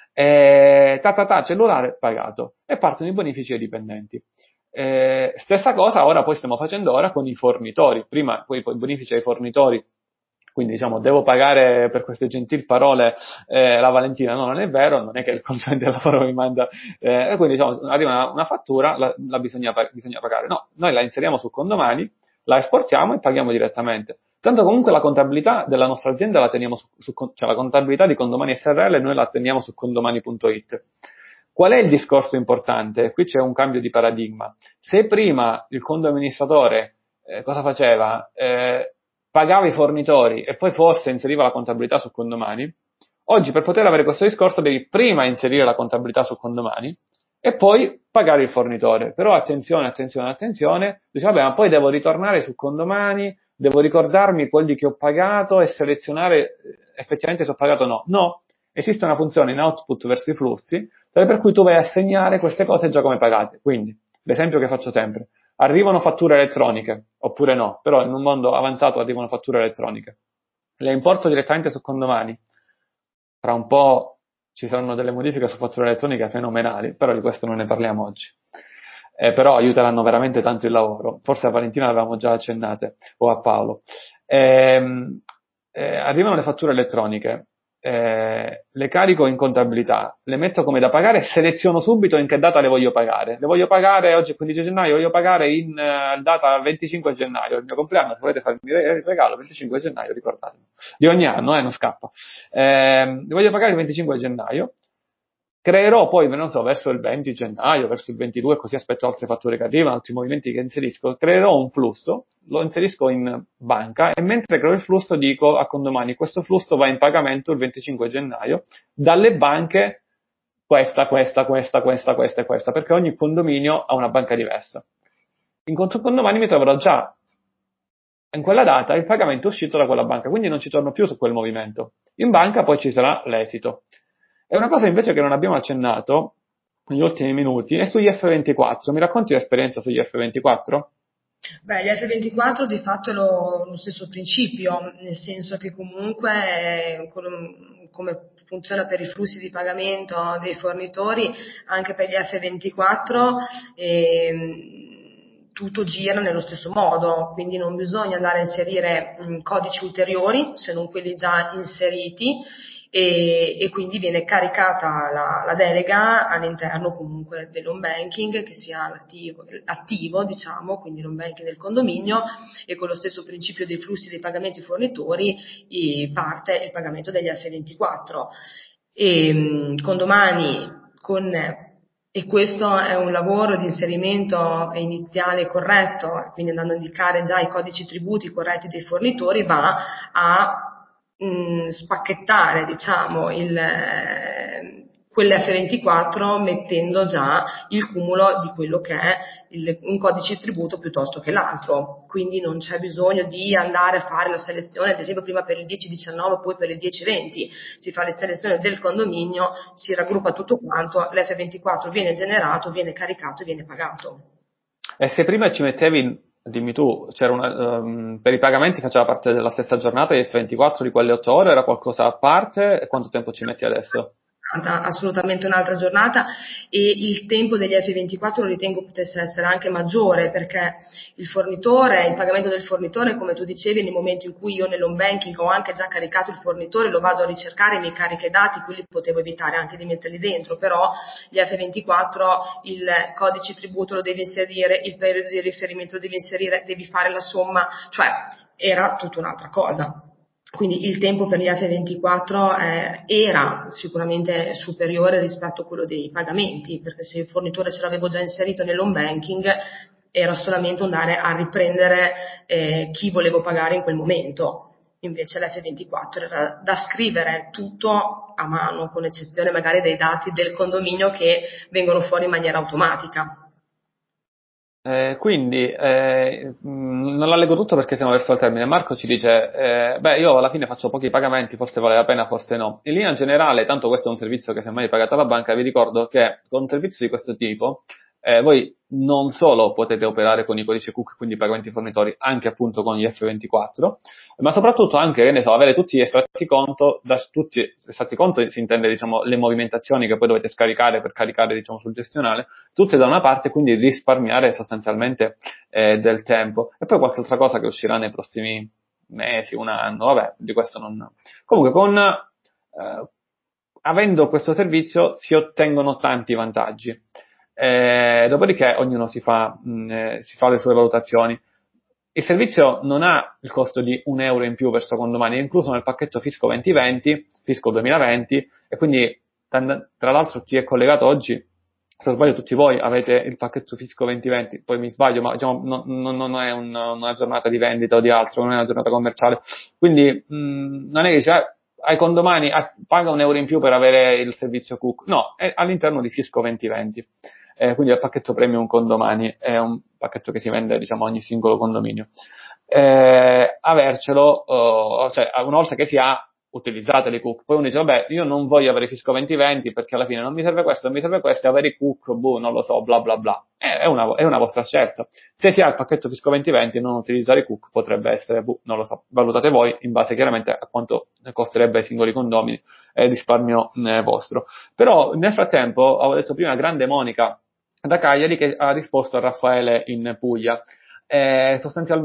Cellulare pagato e partono i bonifici ai dipendenti. Stessa cosa ora poi stiamo facendo ora con i fornitori. Prima poi i bonifici ai fornitori, quindi diciamo devo pagare per queste gentil parole la Valentina, no, non è vero, non è che il consulente del lavoro mi manda, quindi diciamo arriva una fattura, la bisogna pagare, no, noi la inseriamo su Condomani, la esportiamo e paghiamo direttamente. Tanto comunque la contabilità della nostra azienda la teniamo cioè la contabilità di Condomani SRL noi la teniamo su condomani.it. Qual è il discorso importante? Qui c'è un cambio di paradigma. Se prima il conto amministratore cosa faceva? Pagava i fornitori e poi forse inseriva la contabilità su Condomani, oggi per poter avere questo discorso devi prima inserire la contabilità su Condomani e poi pagare il fornitore. Però attenzione, dice vabbè, ma poi devo ritornare su Condomani, devo ricordarmi quelli che ho pagato e selezionare effettivamente se ho pagato o no. No, esiste una funzione in output verso i flussi, tale per cui tu vai a segnare queste cose già come pagate. Quindi, l'esempio che faccio sempre, arrivano fatture elettroniche, oppure no, però in un mondo avanzato arrivano fatture elettroniche. Le importo direttamente su Condomani. Tra un po' ci saranno delle modifiche su fatture elettroniche fenomenali, però di questo non ne parliamo oggi. Però aiuteranno veramente tanto il lavoro. Forse a Valentina l'avevamo già accennate, o a Paolo. Arrivano le fatture elettroniche. le carico in contabilità, le metto come da pagare e seleziono subito in che data le voglio pagare. Le voglio pagare oggi è 15 gennaio, voglio pagare in data 25 gennaio, il mio compleanno, se volete farmi il regalo, 25 gennaio, ricordatemi, di ogni anno, non scappa. Le voglio pagare il 25 gennaio. Creerò poi, non so, verso il 20 gennaio, verso il 22, così aspetto altre fatture che arrivano, altri movimenti che inserisco, creerò un flusso, lo inserisco in banca e mentre creo il flusso dico a condomani, questo flusso va in pagamento il 25 gennaio dalle banche questa, perché ogni condominio ha una banca diversa. In condomani mi troverò già in quella data il pagamento uscito da quella banca, quindi non ci torno più su quel movimento. In banca poi ci sarà l'esito. E una cosa invece che non abbiamo accennato negli ultimi minuti è sugli F24. Mi racconti l'esperienza sugli F24? Beh, gli F24 di fatto è lo stesso principio, nel senso che comunque come funziona per i flussi di pagamento dei fornitori, anche per gli F24 tutto gira nello stesso modo, quindi non bisogna andare a inserire codici ulteriori se non quelli già inseriti. E quindi viene caricata la delega all'interno comunque dell'home banking, che sia attivo, diciamo, quindi l'home banking del condominio, e con lo stesso principio dei flussi dei pagamenti fornitori parte il pagamento degli F24. Condomani e questo è un lavoro di inserimento iniziale corretto, quindi andando a indicare già i codici tributi corretti dei fornitori, va a spacchettare, diciamo, quell'F24 mettendo già il cumulo di quello che è un codice tributo piuttosto che l'altro, quindi non c'è bisogno di andare a fare la selezione, ad esempio prima per il 10-19 poi per il 10-20, si fa la selezione del condominio, si raggruppa tutto quanto, l'F24 viene generato, viene caricato e viene pagato. E se prima ci mettevi, dimmi tu, c'era per i pagamenti faceva parte della stessa giornata di F24 di quelle 8 ore, era qualcosa a parte, e quanto tempo ci metti adesso? Assolutamente un'altra giornata, e il tempo degli F24 lo ritengo potesse essere anche maggiore, perché il pagamento del fornitore, come tu dicevi, nel momento in cui io nell'home banking ho anche già caricato il fornitore, lo vado a ricercare, mi carica i dati, quelli potevo evitare anche di metterli dentro, però gli F24 il codice tributo lo devi inserire, il periodo di riferimento lo devi inserire, devi fare la somma, cioè era tutta un'altra cosa. Quindi il tempo per gli F24 era sicuramente superiore rispetto a quello dei pagamenti, perché se il fornitore ce l'avevo già inserito nell'home banking era solamente andare a riprendere chi volevo pagare in quel momento. Invece l'F24 era da scrivere tutto a mano, con eccezione magari dei dati del condominio che vengono fuori in maniera automatica. Quindi non la leggo tutto perché siamo verso il termine. Marco ci dice io alla fine faccio pochi pagamenti, forse vale la pena, forse no. In linea generale, tanto questo è un servizio che semmai pagate alla banca, vi ricordo che con un servizio di questo tipo voi non solo potete operare con i codici COOC, quindi pagamenti fornitori, anche appunto con gli F24, ma soprattutto anche, che ne so, avere tutti gli estratti conto, si intende, diciamo, le movimentazioni che poi dovete scaricare per caricare, diciamo, sul gestionale, tutte da una parte, quindi risparmiare sostanzialmente del tempo. E poi qualche altra cosa che uscirà nei prossimi mesi, un anno, vabbè, di questo non... Comunque, avendo questo servizio si ottengono tanti vantaggi. Dopodiché ognuno si fa le sue valutazioni. Il servizio non ha il costo di €1 in più verso condomani, è incluso nel pacchetto Fisco 2020, Fisco 2020, e quindi tra l'altro chi è collegato oggi, se non sbaglio tutti voi avete il pacchetto Fisco 2020, poi mi sbaglio, ma diciamo non è una giornata di vendita o di altro, non è una giornata commerciale, quindi non è che dice ai condomani paga €1 in più per avere il servizio COOC, no, è all'interno di Fisco 2020. Quindi il pacchetto premium condomani è un pacchetto che si vende, diciamo, a ogni singolo condominio. Avercelo, cioè una volta che si ha, utilizzate le COOC. Poi uno dice, vabbè, io non voglio avere Fisco 2020 perché alla fine non mi serve questo, non mi serve questo, avere i COOC, non lo so, bla bla bla. È una vostra scelta. Se si ha il pacchetto Fisco 2020 e non utilizzare i COOC potrebbe essere, non lo so, valutate voi in base chiaramente a quanto costerebbe ai singoli condomini il risparmio vostro. Però nel frattempo, avevo detto prima, grande Monica da Cagliari che ha risposto a Raffaele in Puglia.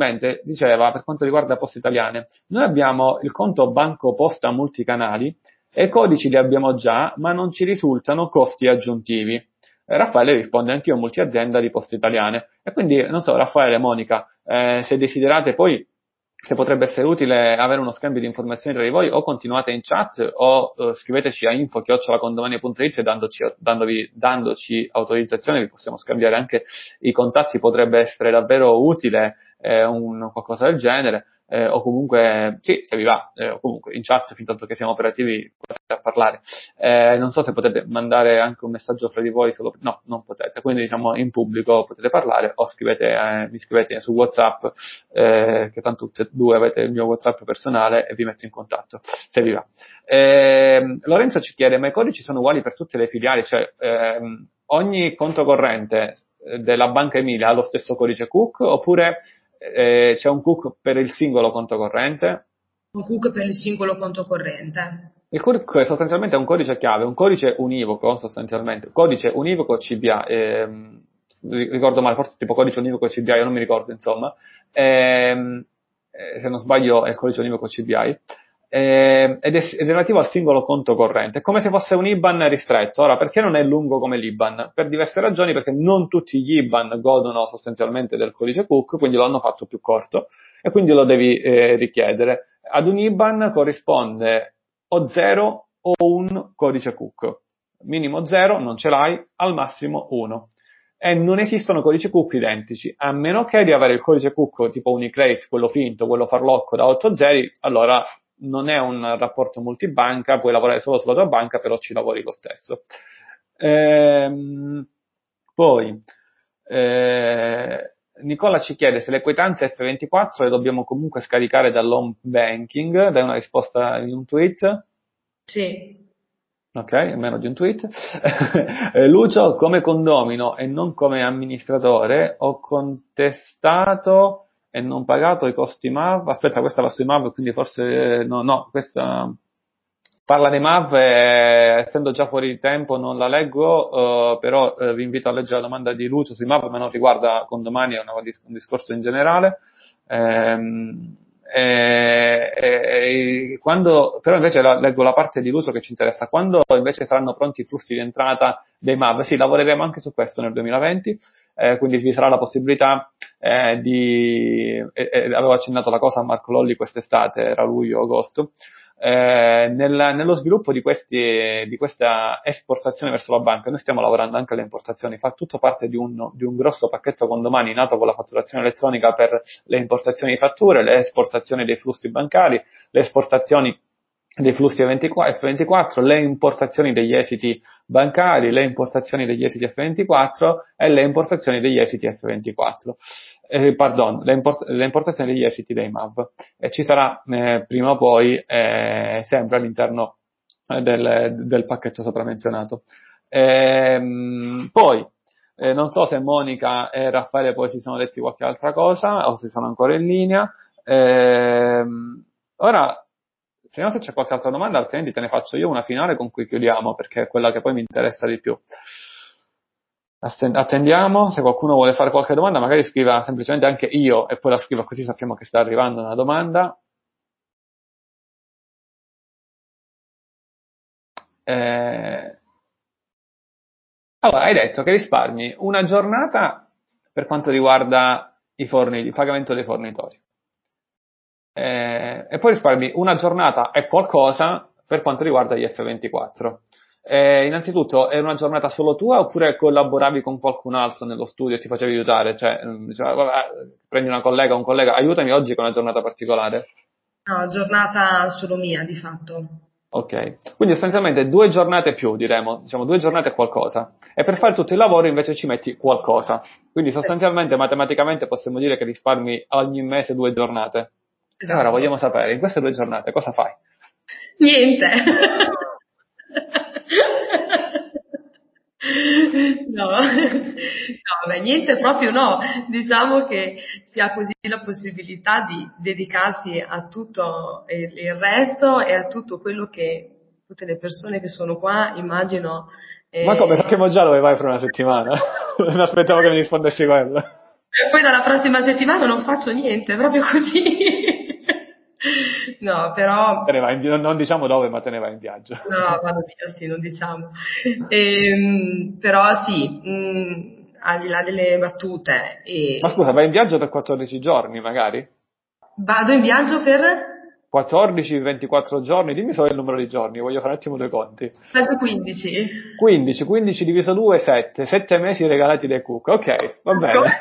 Sostanzialmente diceva, per quanto riguarda Poste Italiane, noi abbiamo il conto Banco Posta Multicanali e i codici li abbiamo già, ma non ci risultano costi aggiuntivi. Raffaele risponde: anch'io multiazienda di Poste Italiane. E quindi, non so, Raffaele, Monica, se desiderate poi, se potrebbe essere utile avere uno scambio di informazioni tra di voi, o continuate in chat o scriveteci a info@condomani.it e dandoci autorizzazione vi possiamo scambiare anche i contatti, potrebbe essere davvero utile qualcosa del genere. O comunque, sì, se vi va, o comunque in chat, fin tanto che siamo operativi, potete parlare. Non so se potete mandare anche un messaggio fra di voi, no, non potete, quindi diciamo in pubblico potete parlare, o mi scrivete su WhatsApp, che tanto tutte e due avete il mio WhatsApp personale e vi metto in contatto, se vi va. Lorenzo ci chiede: ma i codici sono uguali per tutte le filiali? Cioè, ogni conto corrente della Banca Emilia ha lo stesso codice CUC, oppure c'è un CUC per il singolo conto corrente? Un CUC per il singolo conto corrente. Il CUC sostanzialmente è un codice chiave, un codice univoco sostanzialmente, codice univoco CBA, ricordo male, forse tipo codice univoco CBI, io non mi ricordo, insomma, se non sbaglio è il codice univoco CBI, ed è relativo al singolo conto corrente, è come se fosse un IBAN ristretto. Ora, perché non è lungo come l'IBAN? Per diverse ragioni, perché non tutti gli IBAN godono sostanzialmente del codice CUC, quindi lo hanno fatto più corto, e quindi lo devi richiedere. Ad un IBAN corrisponde o 0 o un codice CUC, minimo 0 non ce l'hai, al massimo 1. E non esistono codici CUC identici, a meno che di avere il codice CUC tipo Unicredit, quello finto, quello farlocco da 8 zeri, allora non è un rapporto multibanca, puoi lavorare solo sulla tua banca, però ci lavori lo stesso. Poi Nicola ci chiede se le quietanze F24 le dobbiamo comunque scaricare dall'home banking. Dai una risposta in un tweet? Sì. Ok, meno di un tweet. Lucio, come condomino e non come amministratore, ho contestato e non pagato i costi MAV. Aspetta, questa va sui MAV, quindi forse no, questa parla dei MAV, essendo già fuori tempo non la leggo, però vi invito a leggere la domanda di Lucio sui MAV, ma non riguarda Condomani, è un discorso in generale. Però invece leggo la parte di Lucio che ci interessa. Quando invece saranno pronti i flussi di entrata dei MAV? Sì, lavoreremo anche su questo nel 2020, quindi vi sarà la possibilità avevo accennato la cosa a Marco Lolli quest'estate, era luglio-agosto, nello sviluppo di questa esportazione verso la banca. Noi stiamo lavorando anche alle importazioni, fa tutto parte di un grosso pacchetto Condomani nato con la fatturazione elettronica per le importazioni di fatture, le esportazioni dei flussi bancari, le esportazioni dei flussi F24, le importazioni degli esiti bancari, le importazioni degli esiti F24 e le importazioni degli esiti F24. Le importazioni degli esiti dei MAV. E ci sarà prima o poi sempre all'interno del pacchetto sopra menzionato. Poi non so se Monica e Raffaele poi si sono detti qualche altra cosa o se sono ancora in linea. Ora, vediamo se c'è qualche altra domanda, altrimenti te ne faccio io una finale con cui chiudiamo, perché è quella che poi mi interessa di più. Attendiamo, se qualcuno vuole fare qualche domanda magari scriva semplicemente anche io e poi la scrivo, così sappiamo che sta arrivando una domanda. Allora, hai detto che risparmi una giornata per quanto riguarda il pagamento dei fornitori, e poi risparmi una giornata e qualcosa per quanto riguarda gli F24. Innanzitutto, è una giornata solo tua oppure collaboravi con qualcun altro nello studio e ti facevi aiutare? Cioè, diceva, vabbè, prendi una collega o un collega, aiutami oggi con una giornata particolare. No, giornata solo mia, di fatto. Ok, quindi sostanzialmente 2 giornate più, diciamo 2 giornate e qualcosa. E per fare tutto il lavoro invece ci metti qualcosa. Quindi sostanzialmente, matematicamente possiamo dire che risparmi ogni mese 2 giornate. Esatto. E ora vogliamo sapere, in queste 2 giornate cosa fai? Niente. No, beh, niente proprio no. Diciamo che si ha così la possibilità di dedicarsi a tutto il resto e a tutto quello che tutte le persone che sono qua immagino. Ma come, sappiamo già dove vai fra una settimana? Non aspettavo che mi rispondessi quello. E poi dalla prossima settimana non faccio niente, proprio così. No, però... Te ne vai non diciamo dove, ma te ne vai in viaggio. No, vado via, sì, non diciamo. Però sì, al di là delle battute... Ma scusa, vai in viaggio per 14 giorni magari? Vado in viaggio per... 14-24 giorni, dimmi solo il numero di giorni, voglio fare un attimo due conti. Quasi 15. 15 diviso 2, 7 mesi regalati dai Cook, ok, va bene.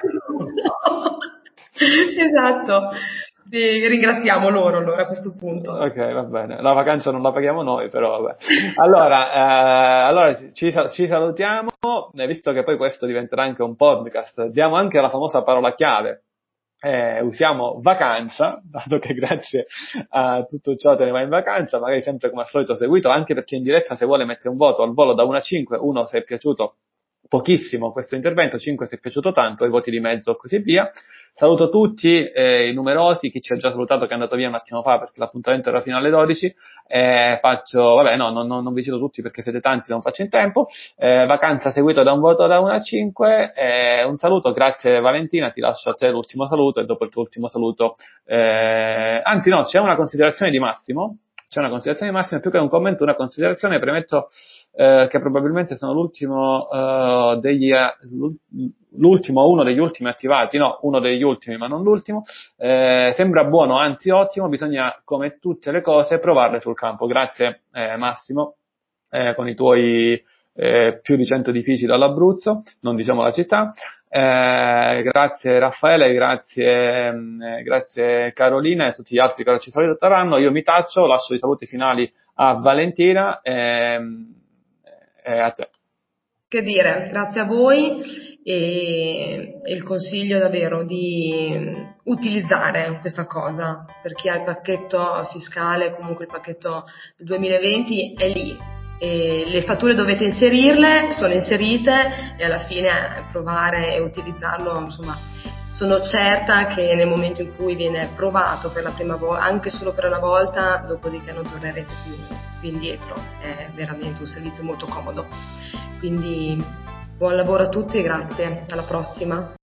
Esatto, e ringraziamo loro allora a questo punto. Ok, va bene, la vacanza non la paghiamo noi, però vabbè. Allora ci salutiamo, visto che poi questo diventerà anche un podcast, diamo anche la famosa parola chiave. Usiamo vacanza, dato che grazie a tutto ciò te ne vai in vacanza, magari sempre come al solito seguito, anche perché in diretta se vuole mettere un voto al volo da 1 a 5, 1 se è piaciuto pochissimo questo intervento, 5 se è piaciuto tanto, i voti di mezzo e così via. Saluto tutti i numerosi, chi ci ha già salutato che è andato via un attimo fa perché l'appuntamento era fino alle 12, non vi cito tutti perché siete tanti, non faccio in tempo. Vacanza seguito da un voto da 1 a 5, un saluto, grazie Valentina, ti lascio a te l'ultimo saluto e dopo il tuo ultimo saluto, anzi no, c'è una considerazione di Massimo, più che un commento, una considerazione, premetto che probabilmente sono l'ultimo uno degli ultimi attivati, no, uno degli ultimi ma non l'ultimo, sembra buono, anzi ottimo, bisogna come tutte le cose provarle sul campo. Grazie Massimo, con i tuoi più di 100 edifici dall'Abruzzo, non diciamo la città. Grazie Raffaele, grazie Carolina e tutti gli altri che ora ci saluteranno. Io mi taccio, lascio i saluti finali a Valentina e a te. Che dire, grazie a voi e il consiglio davvero di utilizzare questa cosa per chi ha il pacchetto fiscale, comunque il pacchetto del 2020 è lì. E le fatture dovete inserirle, sono inserite e alla fine provare e utilizzarlo, insomma, sono certa che nel momento in cui viene provato per la prima volta, anche solo per una volta, dopodiché non tornerete più indietro, è veramente un servizio molto comodo. Quindi buon lavoro a tutti e grazie, alla prossima.